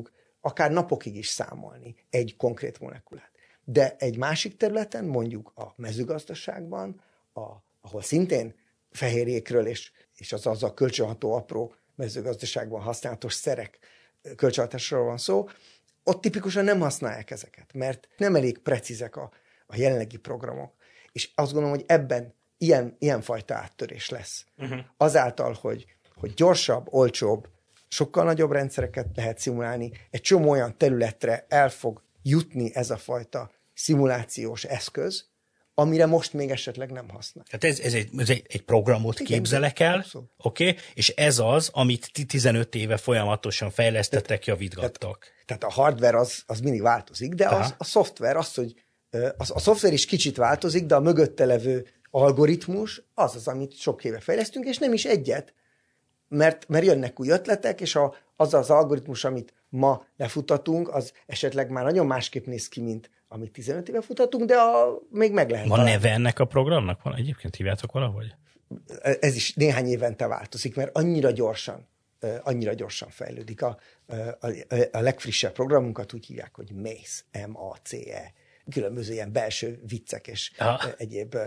akár napokig is számolni egy konkrét molekulát. De egy másik területen, mondjuk a mezőgazdaságban, ahol szintén fehérjékről és az azzal kölcsönható apró mezőgazdaságban használatos szerek kölcsönhatásról van szó, ott tipikusan nem használják ezeket, mert nem elég precízek a jelenlegi programok. És azt gondolom, hogy ebben ilyenfajta áttörés lesz. Azáltal, hogy gyorsabb, olcsóbb, sokkal nagyobb rendszereket lehet szimulálni, egy csomó olyan területre el fog jutni ez a fajta szimulációs eszköz, amire most még esetleg nem használ. Tehát ez egy programot képzelek el, oké? És ez az, amit 15 éve folyamatosan fejlesztettek, javítgattak. Tehát a hardware az mindig változik, de a szoftver hogy a szoftver is kicsit változik, de a mögötte levő algoritmus az, amit sok éve fejlesztünk, és nem is egyet, mert jönnek új ötletek, és az algoritmus, amit ma lefutatunk, az esetleg már nagyon másképp néz ki, mint amit 15 éve futatunk, de még meg lehet. Van neve ennek a programnak? Van egyébként, hívjátok valahogy? Ez is néhány évente változik, mert annyira gyorsan fejlődik. A legfrissebb programunkat úgy hívják, hogy MACE, M-A-C-E. Különböző ilyen belső viccek és egyéb.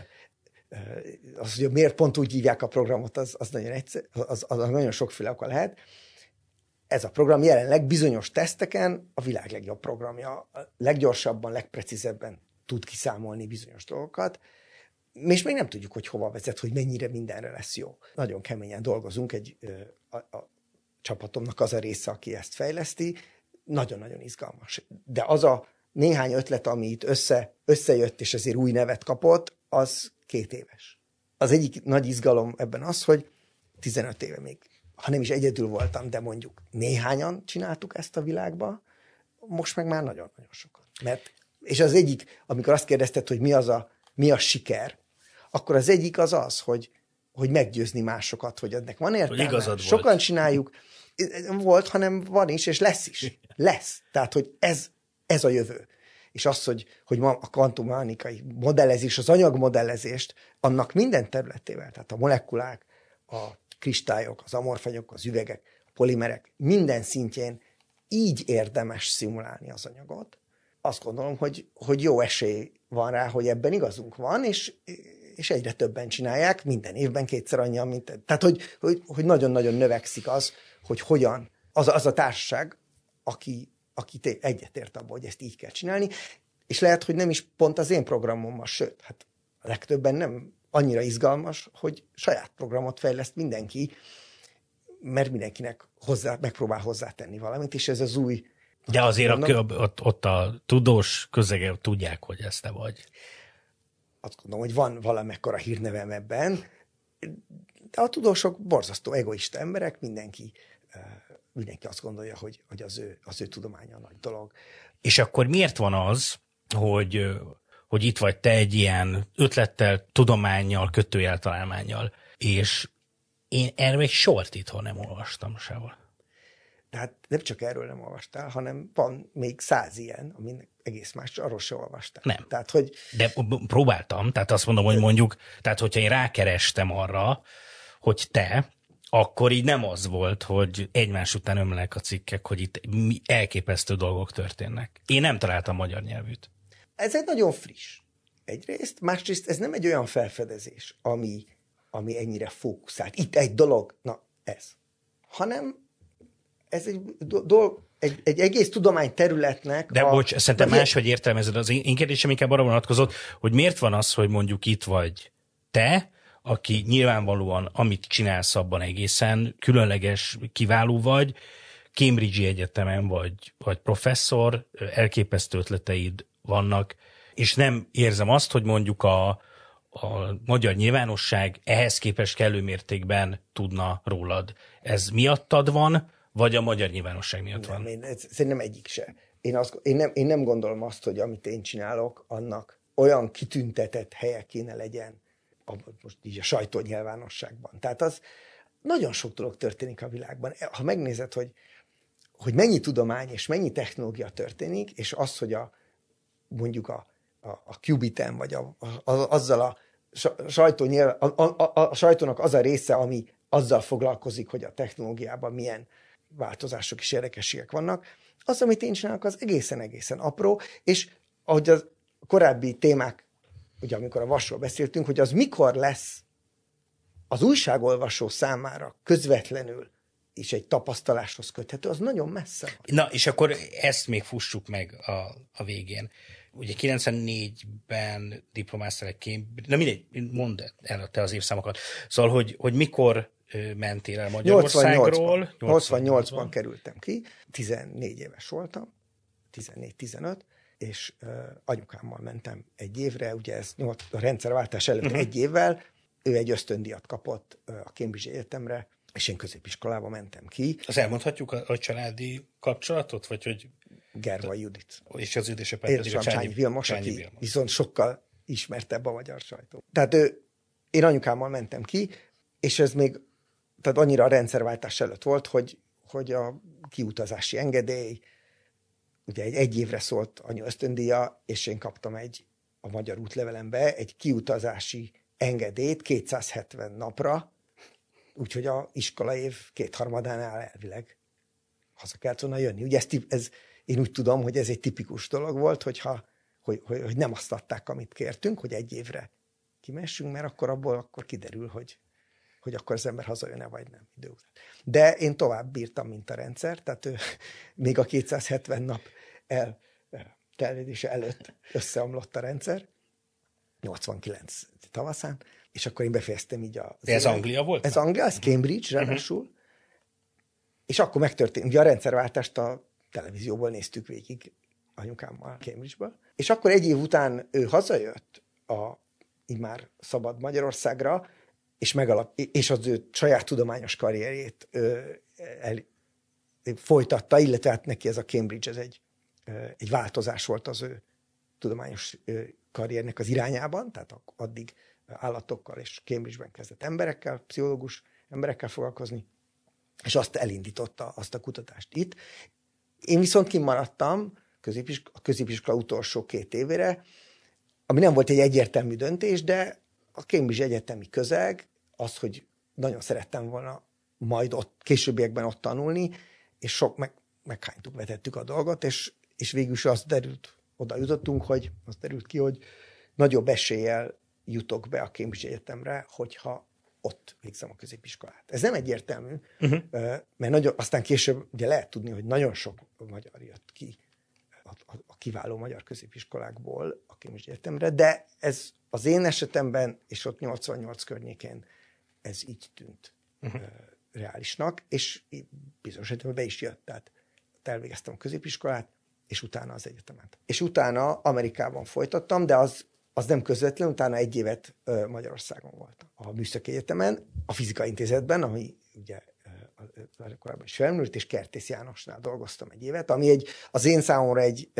Az, hogy miért pont úgy hívják a programot, az nagyon egyszerű, az nagyon sokféle oka lehet. Ez a program jelenleg bizonyos teszteken a világ legjobb programja, a leggyorsabban, legprecízebben tud kiszámolni bizonyos dolgokat, és még nem tudjuk, hogy hova vezet, hogy mennyire mindenre lesz jó. Nagyon keményen dolgozunk, a csapatomnak az a része, aki ezt fejleszti, nagyon-nagyon izgalmas. De az a néhány ötlet, ami itt összejött, és ezért új nevet kapott, az 2 éves. Az egyik nagy izgalom ebben az, hogy 15 éve még, ha nem is egyedül voltam, de mondjuk néhányan csináltuk ezt a világba, most meg már nagyon-nagyon sokan. És az egyik, amikor azt kérdezted, hogy mi a siker, akkor az egyik az, hogy meggyőzni másokat, hogy ennek van értelme. Sokan csináljuk, volt, hanem van is, és lesz is. Lesz. Tehát, hogy ez a jövő. És az, hogy ma a kvantummechanikai modellezés, az anyagmodellezést, annak minden területével, tehát a molekulák, a kristályok, az amorfanyagok, az üvegek, a polimerek, minden szintjén így érdemes szimulálni az anyagot. Azt gondolom, hogy jó esély van rá, hogy ebben igazunk van, és egyre többen csinálják, minden évben 2-szer annyian, mint... Tehát, hogy nagyon-nagyon növekszik az, hogy hogyan az a társaság, aki egyetért abban, hogy ezt így kell csinálni, és lehet, hogy nem is pont az én programommal, sőt, hát a legtöbben nem annyira izgalmas, hogy saját programot fejleszt mindenki, mert mindenkinek megpróbál hozzátenni valamit, és ez az új... De azért ott a tudós közege tudják, hogy ezt te vagy. Azt gondolom, hogy van valamekkora hírnevem ebben, de a tudósok borzasztó egoista emberek, mindenki azt gondolja, hogy az ő tudománya a nagy dolog. És akkor miért van az, hogy itt vagy te egy ilyen ötlettel, tudománnyal, kötőjeltalálmánnyal, és én erről még sort itthon nem olvastam sehol. Tehát nem csak erről nem olvastál, hanem van még 100 ilyen, amin egész más, arról se olvastál. Nem. Tehát, hogy... De próbáltam, tehát azt mondom, hogy mondjuk, tehát hogyha én rákerestem arra, hogy te, akkor így nem az volt, hogy egymás után ömlek a cikkek, hogy itt elképesztő dolgok történnek. Én nem találtam magyar nyelvűt. Ez egy nagyon friss egyrészt, másrészt ez nem egy olyan felfedezés, ami ennyire fókuszált. Itt egy dolog, na ez. Hanem ez egy egész tudományterületnek... De bocs, szerintem máshogy értelmezed. Az én kérdésem inkább arra vonatkozott, hogy miért van az, hogy mondjuk itt vagy te, aki nyilvánvalóan, amit csinálsz abban egészen különleges, kiváló vagy, Cambridge-i egyetemen vagy professzor, elképesztő ötleteid vannak, és nem érzem azt, hogy mondjuk a magyar nyilvánosság ehhez képest kellő mértékben tudna rólad. Ez miattad van, vagy a magyar nyilvánosság miatt van? Szerintem egyik se. Én nem gondolom azt, hogy amit én csinálok, annak olyan kitüntetett helye kéne legyen, most így a sajtónyilvánosságban. Tehát az nagyon sok dolog történik a világban. Ha megnézed, hogy mennyi tudomány és mennyi technológia történik, és az, hogy mondjuk a qubiten, vagy azzal a sajtónak az a része, ami azzal foglalkozik, hogy a technológiában milyen változások és érdekességek vannak. Az, amit én csinálok, az egészen-egészen apró, és ahogy az korábbi témák, ugye amikor a vasról beszéltünk, hogy az mikor lesz az újságolvasó számára közvetlenül és egy tapasztaláshoz köthető, az nagyon messze van. Na, és akkor ezt még fussuk meg a végén. Ugye 94-ben diplomáztál egy Cambridge, na mindegy, mondd el te az évszámokat. Szóval, hogy mikor mentél el Magyarországról? 88-ban kerültem ki, 14 éves voltam, 14-15, és anyukámmal mentem egy évre, ugye ez a rendszerváltás előtt egy évvel, ő egy ösztöndíjat kapott a Cambridge Egyetemre, és én középiskolába mentem ki. Az elmondhatjuk a családi kapcsolatot, vagy hogy... Gerva Judit. És az édesapád pedig a Csányi Vilmos, aki viszont sokkal ismertebb a magyar sajtó. Tehát én anyukámmal mentem ki, és ez még tehát annyira a rendszerváltás előtt volt, hogy a kiutazási engedély, ugye egy évre szólt anya ösztöndíja, és én kaptam a magyar útlevelembe egy kiutazási engedélyt 270 napra, úgyhogy a iskolaév 2/3-ánál elvileg haza kellett volna jönni. Ugye én úgy tudom, hogy ez egy tipikus dolog volt, hogy nem azt adták, amit kértünk, hogy egy évre kimessünk, mert akkor kiderül, hogy akkor az ember hazajön-e, vagy nem idő után. De én tovább bírtam, mint a rendszer, tehát még a 270 nap elteljedése előtt összeomlott a rendszer, 89 tavaszán, és akkor én befejeztem így De ez Anglia volt? Ez Anglia, ez Cambridge, ráadásul. És akkor megtörtént, ugye a rendszerváltást a televízióból néztük végig anyukámmal Cambridge-ből. És akkor egy év után ő hazajött így már szabad Magyarországra, és az ő saját tudományos karrierjét folytatta, illetve hát neki ez a Cambridge, ez egy változás volt az ő tudományos karriernek az irányában, tehát addig állatokkal és Cambridge-ben kezdett emberekkel, pszichológus emberekkel foglalkozni, és azt elindította, azt a kutatást itt. Én viszont kimaradtam a középiskola utolsó 2 évére, ami nem volt egy egyértelmű döntés, de a Cambridge egyetemi közeg, az, hogy nagyon szerettem volna majd ott, későbbiekben ott tanulni, és sok meghánytuk, vetettük a dolgot, és végül is oda jutottunk, hogy azt derült ki, hogy nagyobb eséllyel jutok be a Cambridge Egyetemre, hogyha ott végzem a középiskolát. Ez nem egyértelmű, mert aztán később ugye lehet tudni, hogy nagyon sok magyar jött ki a kiváló magyar középiskolákból a Cambridge Egyetemre, de ez az én esetemben, és ott 88 környékén ez így tűnt reálisnak, és bizonyos esetemben be is jött. Tehát elvégeztem a középiskolát, és utána az egyetemet. És utána Amerikában folytattam, de az nem közvetlen, utána 1 évet Magyarországon voltam. A Műszaki Egyetemen, a Fizikai Intézetben, ami ugye korábban is felmerült, és Kertész Jánosnál dolgoztam 1 évet, ami az én számomra egy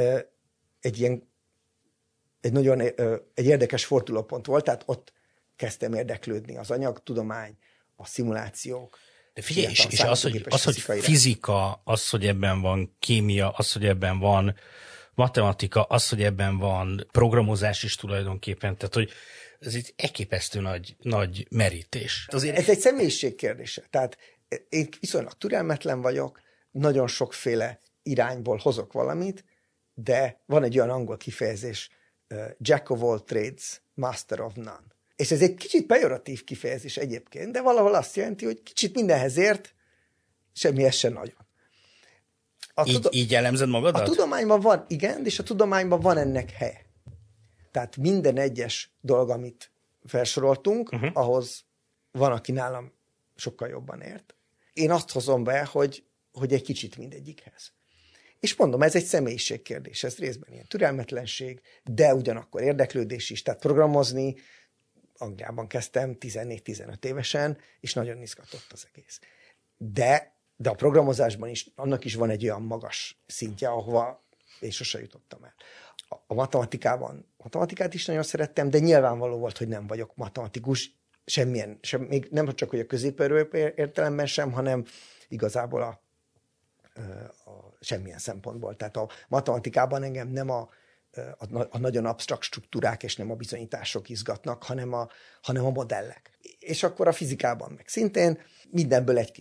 nagyon érdekes fordulópont volt, tehát ott kezdtem érdeklődni az anyagtudomány, a szimulációk. De figyelj, és az, hogy fizika, az, hogy ebben van kémia, az, hogy ebben van matematika, az, hogy ebben van programozás is tulajdonképpen, tehát hogy ez egy elképesztő nagy merítés. Ez egy személyiség kérdése. Tehát én viszonylag türelmetlen vagyok, nagyon sokféle irányból hozok valamit, de van egy olyan angol kifejezés, Jack of all trades, master of none. És ez egy kicsit pejoratív kifejezés egyébként, de valahol azt jelenti, hogy kicsit mindenhez ért, semmihez sem nagyon. Így jellemzed magadat? A tudományban van, igen, és a tudományban van ennek helye. Tehát minden egyes dolog, amit felsoroltunk, ahhoz van, aki nálam sokkal jobban ért. Én azt hozom be, hogy egy kicsit mindegyikhez. És mondom, ez egy személyiségkérdés, ez részben ilyen türelmetlenség, de ugyanakkor érdeklődés is, tehát programozni, Angliában kezdtem 14-15 évesen, és nagyon izgatott az egész. De a programozásban is, annak is van egy olyan magas szintje, ahova én sose jutottam el. A matematikát is nagyon szerettem, de nyilvánvaló volt, hogy nem vagyok matematikus, még nem csak hogy a középérő értelemben sem, hanem igazából semmilyen szempontból. Tehát a matematikában engem nem a nagyon absztrakt struktúrák és nem a bizonyítások izgatnak, hanem a modellek. És akkor a fizikában meg szintén mindenből egy kicsi.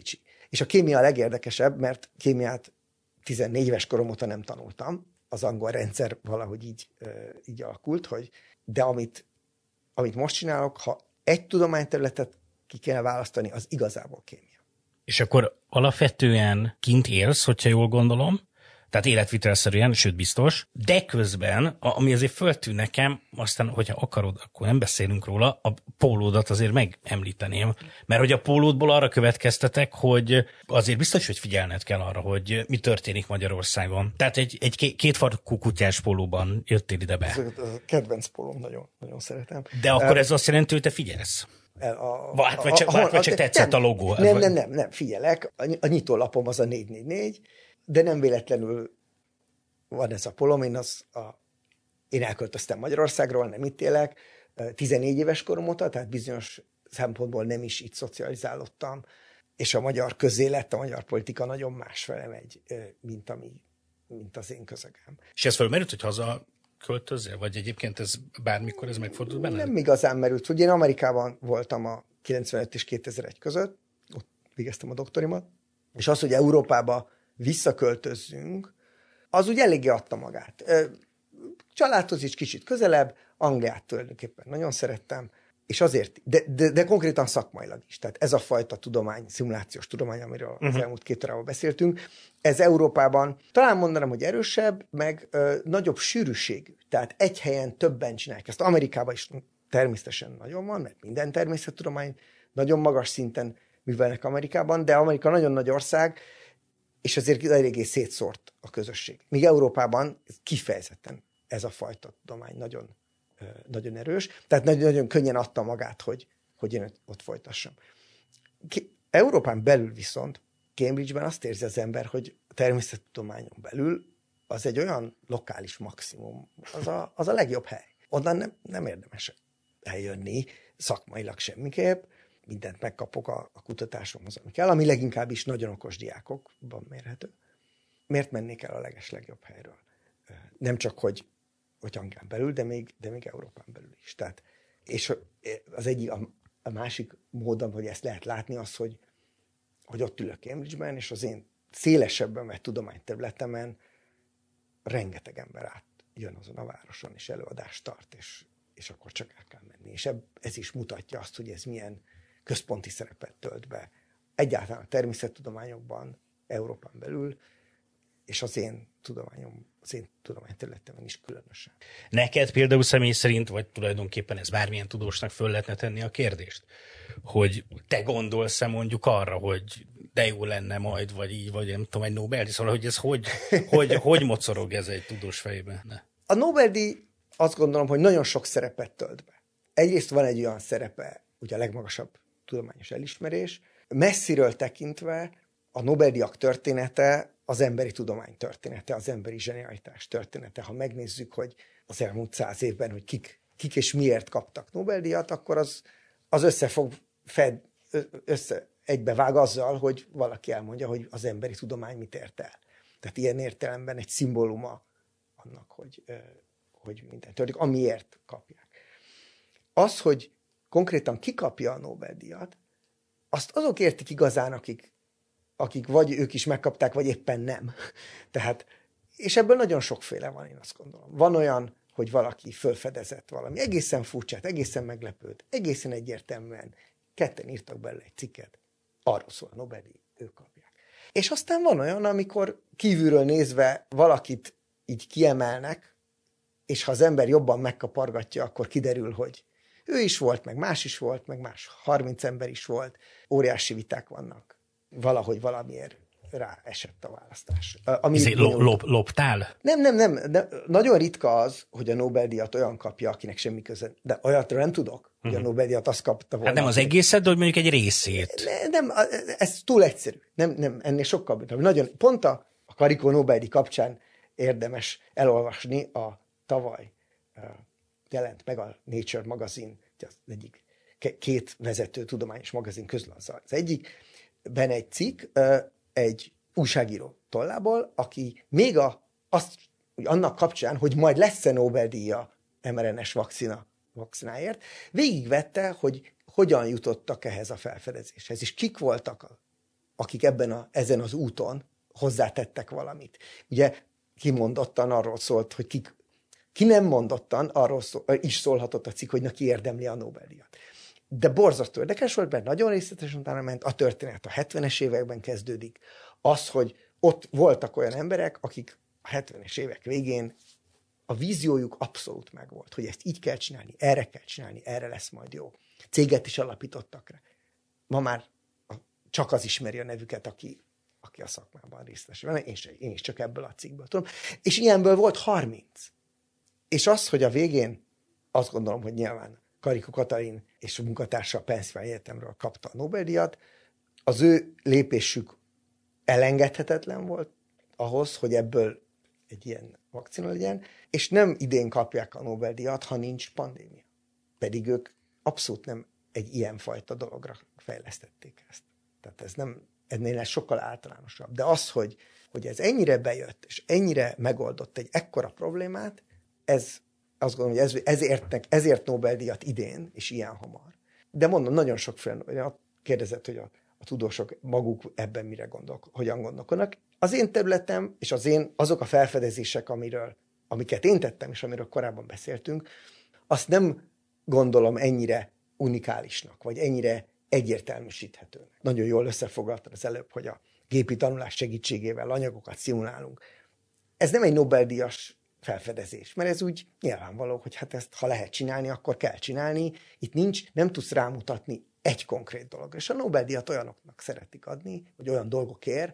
És a kémia a legérdekesebb, mert kémiát 14 éves korom óta nem tanultam. Az angol rendszer valahogy így alakult, de amit most csinálok, ha egy tudományterületet ki kell választani, az igazából kémia. És akkor alapvetően kint élsz, hogyha jól gondolom, tehát életvitelszerűen, sőt biztos, de közben, ami azért föltűn nekem, aztán, hogyha akarod, akkor nem beszélünk róla, a pólódat azért megemlíteném, mert hogy a pólódból arra következtetek, hogy azért biztos, hogy figyelned kell arra, hogy mi történik Magyarországon. Tehát egy kétfarkú kutyás pólóban jöttél ide be. Ez a kedvenc pólóm, nagyon, nagyon szeretem. De akkor ez azt jelenti, hogy te figyelsz? Vagy csak tetszett a logó? Nem, figyelek. A nyitólapom az a 444, de nem véletlenül van ez a polom, én elköltöztem Magyarországról, nem itt élek, 14 éves korom óta, tehát bizonyos szempontból nem is itt szocializálódtam, és a magyar közélet, a magyar politika nagyon másfele megy, mint az én közegem. És ez fölmerült, hogy haza költözél? Vagy egyébként ez bármikor ez megfordult benned? Nem igazán merült, hogy én Amerikában voltam a 95 és 2001 között, ott végeztem a doktorimat, és az, hogy Európába visszaköltözzünk, az úgy eléggé adta magát. Családhoz is kicsit közelebb, Angliát tulajdonképpen nagyon szerettem, és azért, de konkrétan szakmailag is. Tehát ez a fajta tudomány, szimulációs tudomány, amiről az elmúlt 2 órában beszéltünk, ez Európában talán mondanám, hogy erősebb, meg nagyobb sűrűségű. Tehát egy helyen többen csinálják ezt. Amerikában is természetesen nagyon van, mert minden természettudomány nagyon magas szinten művelnek Amerikában, de Amerika nagyon nagy ország, és azért eléggé szétszórt a közösség. Míg Európában kifejezetten ez a fajta tudomány nagyon, nagyon erős, tehát nagyon könnyen adta magát, hogy én ott folytassam. Európán belül viszont, Cambridge-ben azt érzi az ember, hogy a természettudományon belül az egy olyan lokális maximum, az a legjobb hely. Onnan nem érdemes eljönni szakmailag semmiképp, mindent megkapok a kutatásomhoz, ami kell, ami leginkább is nagyon okos diákokban mérhető. Miért mennék el a legjobb helyről? Nem csak, hogy Anglián belül, de még Európán belül is. Tehát, és az egyik, a másik módon, hogy ezt lehet látni, az, hogy ott ülök Cambridge-ben, és az én szélesebben vett tudományterületemen rengeteg ember jön azon a városon, és előadást tart, és akkor csak el kell menni. És ez is mutatja azt, hogy ez milyen központi szerepet tölt be egyáltalán a természettudományokban, Európán belül, és az én tudományterületemen is különösen. Neked például személy szerint, vagy tulajdonképpen ez bármilyen tudósnak föl lehetne tenni a kérdést, hogy te gondolsz-e mondjuk arra, hogy de jó lenne majd, vagy így, vagy nem tudom, egy Nobel-díj, szóval, hogy ez hogy mocorog ez egy tudós fejében? Ne. A Nobel-díj azt gondolom, hogy nagyon sok szerepet tölt be. Egyrészt van egy olyan szerepe, ugye a legmagasabb tudományos elismerés. Messziről tekintve a Nobel-díjak története az emberi tudomány története, az emberi zsenialitás története. Ha megnézzük, hogy az elmúlt 100 évben, hogy kik és miért kaptak Nobel-díjat, akkor az egybevág azzal, hogy valaki elmondja, hogy az emberi tudomány mit ért el. Tehát ilyen értelemben egy szimbóluma annak, hogy minden történik, amiért kapják. Az, hogy konkrétan ki kapja a Nobel-díjat, azt azok értik igazán, akik vagy ők is megkapták, vagy éppen nem. Tehát, és ebből nagyon sokféle van, én azt gondolom. Van olyan, hogy valaki felfedezett valami egészen furcsát, egészen meglepőt, egészen egyértelműen, ketten írtak belőle egy cikket, arról szól a Nobel-díj, ők kapják. És aztán van olyan, amikor kívülről nézve valakit így kiemelnek, és ha az ember jobban megkapargatja, akkor kiderül, hogy ő is volt, meg más 30 ember is volt, óriási viták vannak. Valahogy valamiért ráesett a választás. Loptál? Nem. Nagyon ritka az, hogy a Nobel-díjat olyan kapja, akinek semmi köze. De olyatról nem tudok, hogy a Nobel-díjat azt kapta volna. Hát nem az egészet, de hogy mondjuk egy részét. Nem, ez túl egyszerű. Nem, ennél sokkal. Nagyon, pont a Karikó Nobel-díj kapcsán érdemes elolvasni a tavaly jelent meg a Nature magazin, az egyik 2 vezető tudományos magazin közül az egyikben egy cikk, egy újságíró tollából, aki még annak kapcsán, hogy majd lesz-e Nobel-díja mRNA-s vakcináért, végigvette, hogy hogyan jutottak ehhez a felfedezéshez, és kik voltak akik ezen az úton hozzátettek valamit. Ugye kimondottan arról szólt, hogy ki nem mondottan, arról is szólhatott a cikk, hogy ki érdemli a Nobel-díjat. De borzasztó érdekes volt, mert nagyon részletesen utána ment, a történet a 70-es években kezdődik. Az, hogy ott voltak olyan emberek, akik a 70-es évek végén a víziójuk abszolút megvolt, hogy ezt így kell csinálni, erre lesz majd jó. Céget is alapítottak rá. Ma már csak az ismeri a nevüket, aki a szakmában részes. Én is csak ebből a cikkből tudom. És ilyenből volt 30. És az, hogy a végén azt gondolom, hogy nyilván Karikó Katalin és a munkatársa a Pennsylvania Egyetemről kapta a Nobel-díjat, az ő lépésük elengedhetetlen volt ahhoz, hogy ebből egy ilyen vakcina legyen, és nem idén kapják a Nobel-díjat, ha nincs pandémia. Pedig ők abszolút nem egy ilyenfajta dologra fejlesztették ezt. Tehát ez nem, ennél sokkal általánosabb. De az, hogy ez ennyire bejött, és ennyire megoldott egy ekkora problémát, ez azt gondolom, hogy ezért Nobel-díjat idén, és ilyen hamar. De mondom, nagyon sokféle, kérdezett, hogy a tudósok maguk ebben mire hogyan gondolkodnak. Az én területem, és azok a felfedezések, amiket én tettem, és amiről korábban beszéltünk, azt nem gondolom ennyire unikálisnak, vagy ennyire egyértelműsíthetőnek. Nagyon jól összefoglaltad az előbb, hogy a gépi tanulás segítségével anyagokat szimulálunk. Ez nem egy Nobel-díjas felfedezés, mert ez úgy nyilvánvaló, hogy hát ezt, ha lehet csinálni, akkor kell csinálni. Itt nem tudsz rámutatni egy konkrét dologra. És a Nobel-díjat olyanoknak szeretik adni, hogy olyan dolgokért,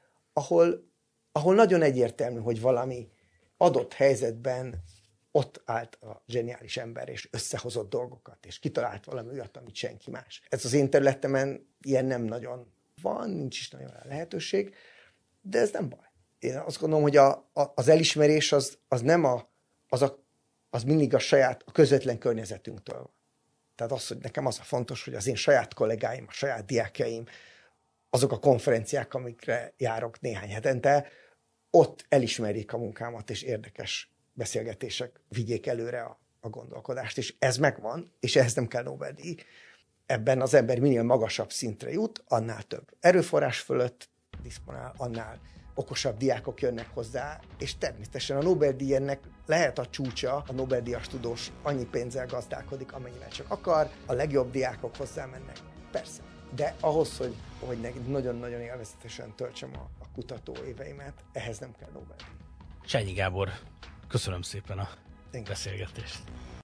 ahol nagyon egyértelmű, hogy valami adott helyzetben ott állt a zseniális ember, és összehozott dolgokat, és kitalált valami olyat, amit senki más. Ez az én területemen ilyen nem nagyon van, nincs is nagyon lehetőség, de ez nem baj. Én azt gondolom, hogy az elismerés az mindig a közvetlen környezetünktől van. Tehát az, hogy nekem az a fontos, hogy az én saját kollégáim, a saját diákjaim, azok a konferenciák, amikre járok néhány hetente, ott elismerjék a munkámat, és érdekes beszélgetések vigyék előre a gondolkodást, és ez megvan, és ehhez nem kell Nobel-díj. Ebben az ember minél magasabb szintre jut, annál több erőforrás fölött diszponál, annál okosabb diákok jönnek hozzá, és természetesen a Nobel-díj ennek lehet a csúcsa, a Nobel-díjas tudós annyi pénzzel gazdálkodik, amennyivel csak akar, a legjobb diákok hozzá mennek. Persze. De ahhoz, hogy nagyon-nagyon élvezetesen töltsem a kutató éveimet, ehhez nem kell Nobel-díj. Csányi Gábor, köszönöm szépen a beszélgetést.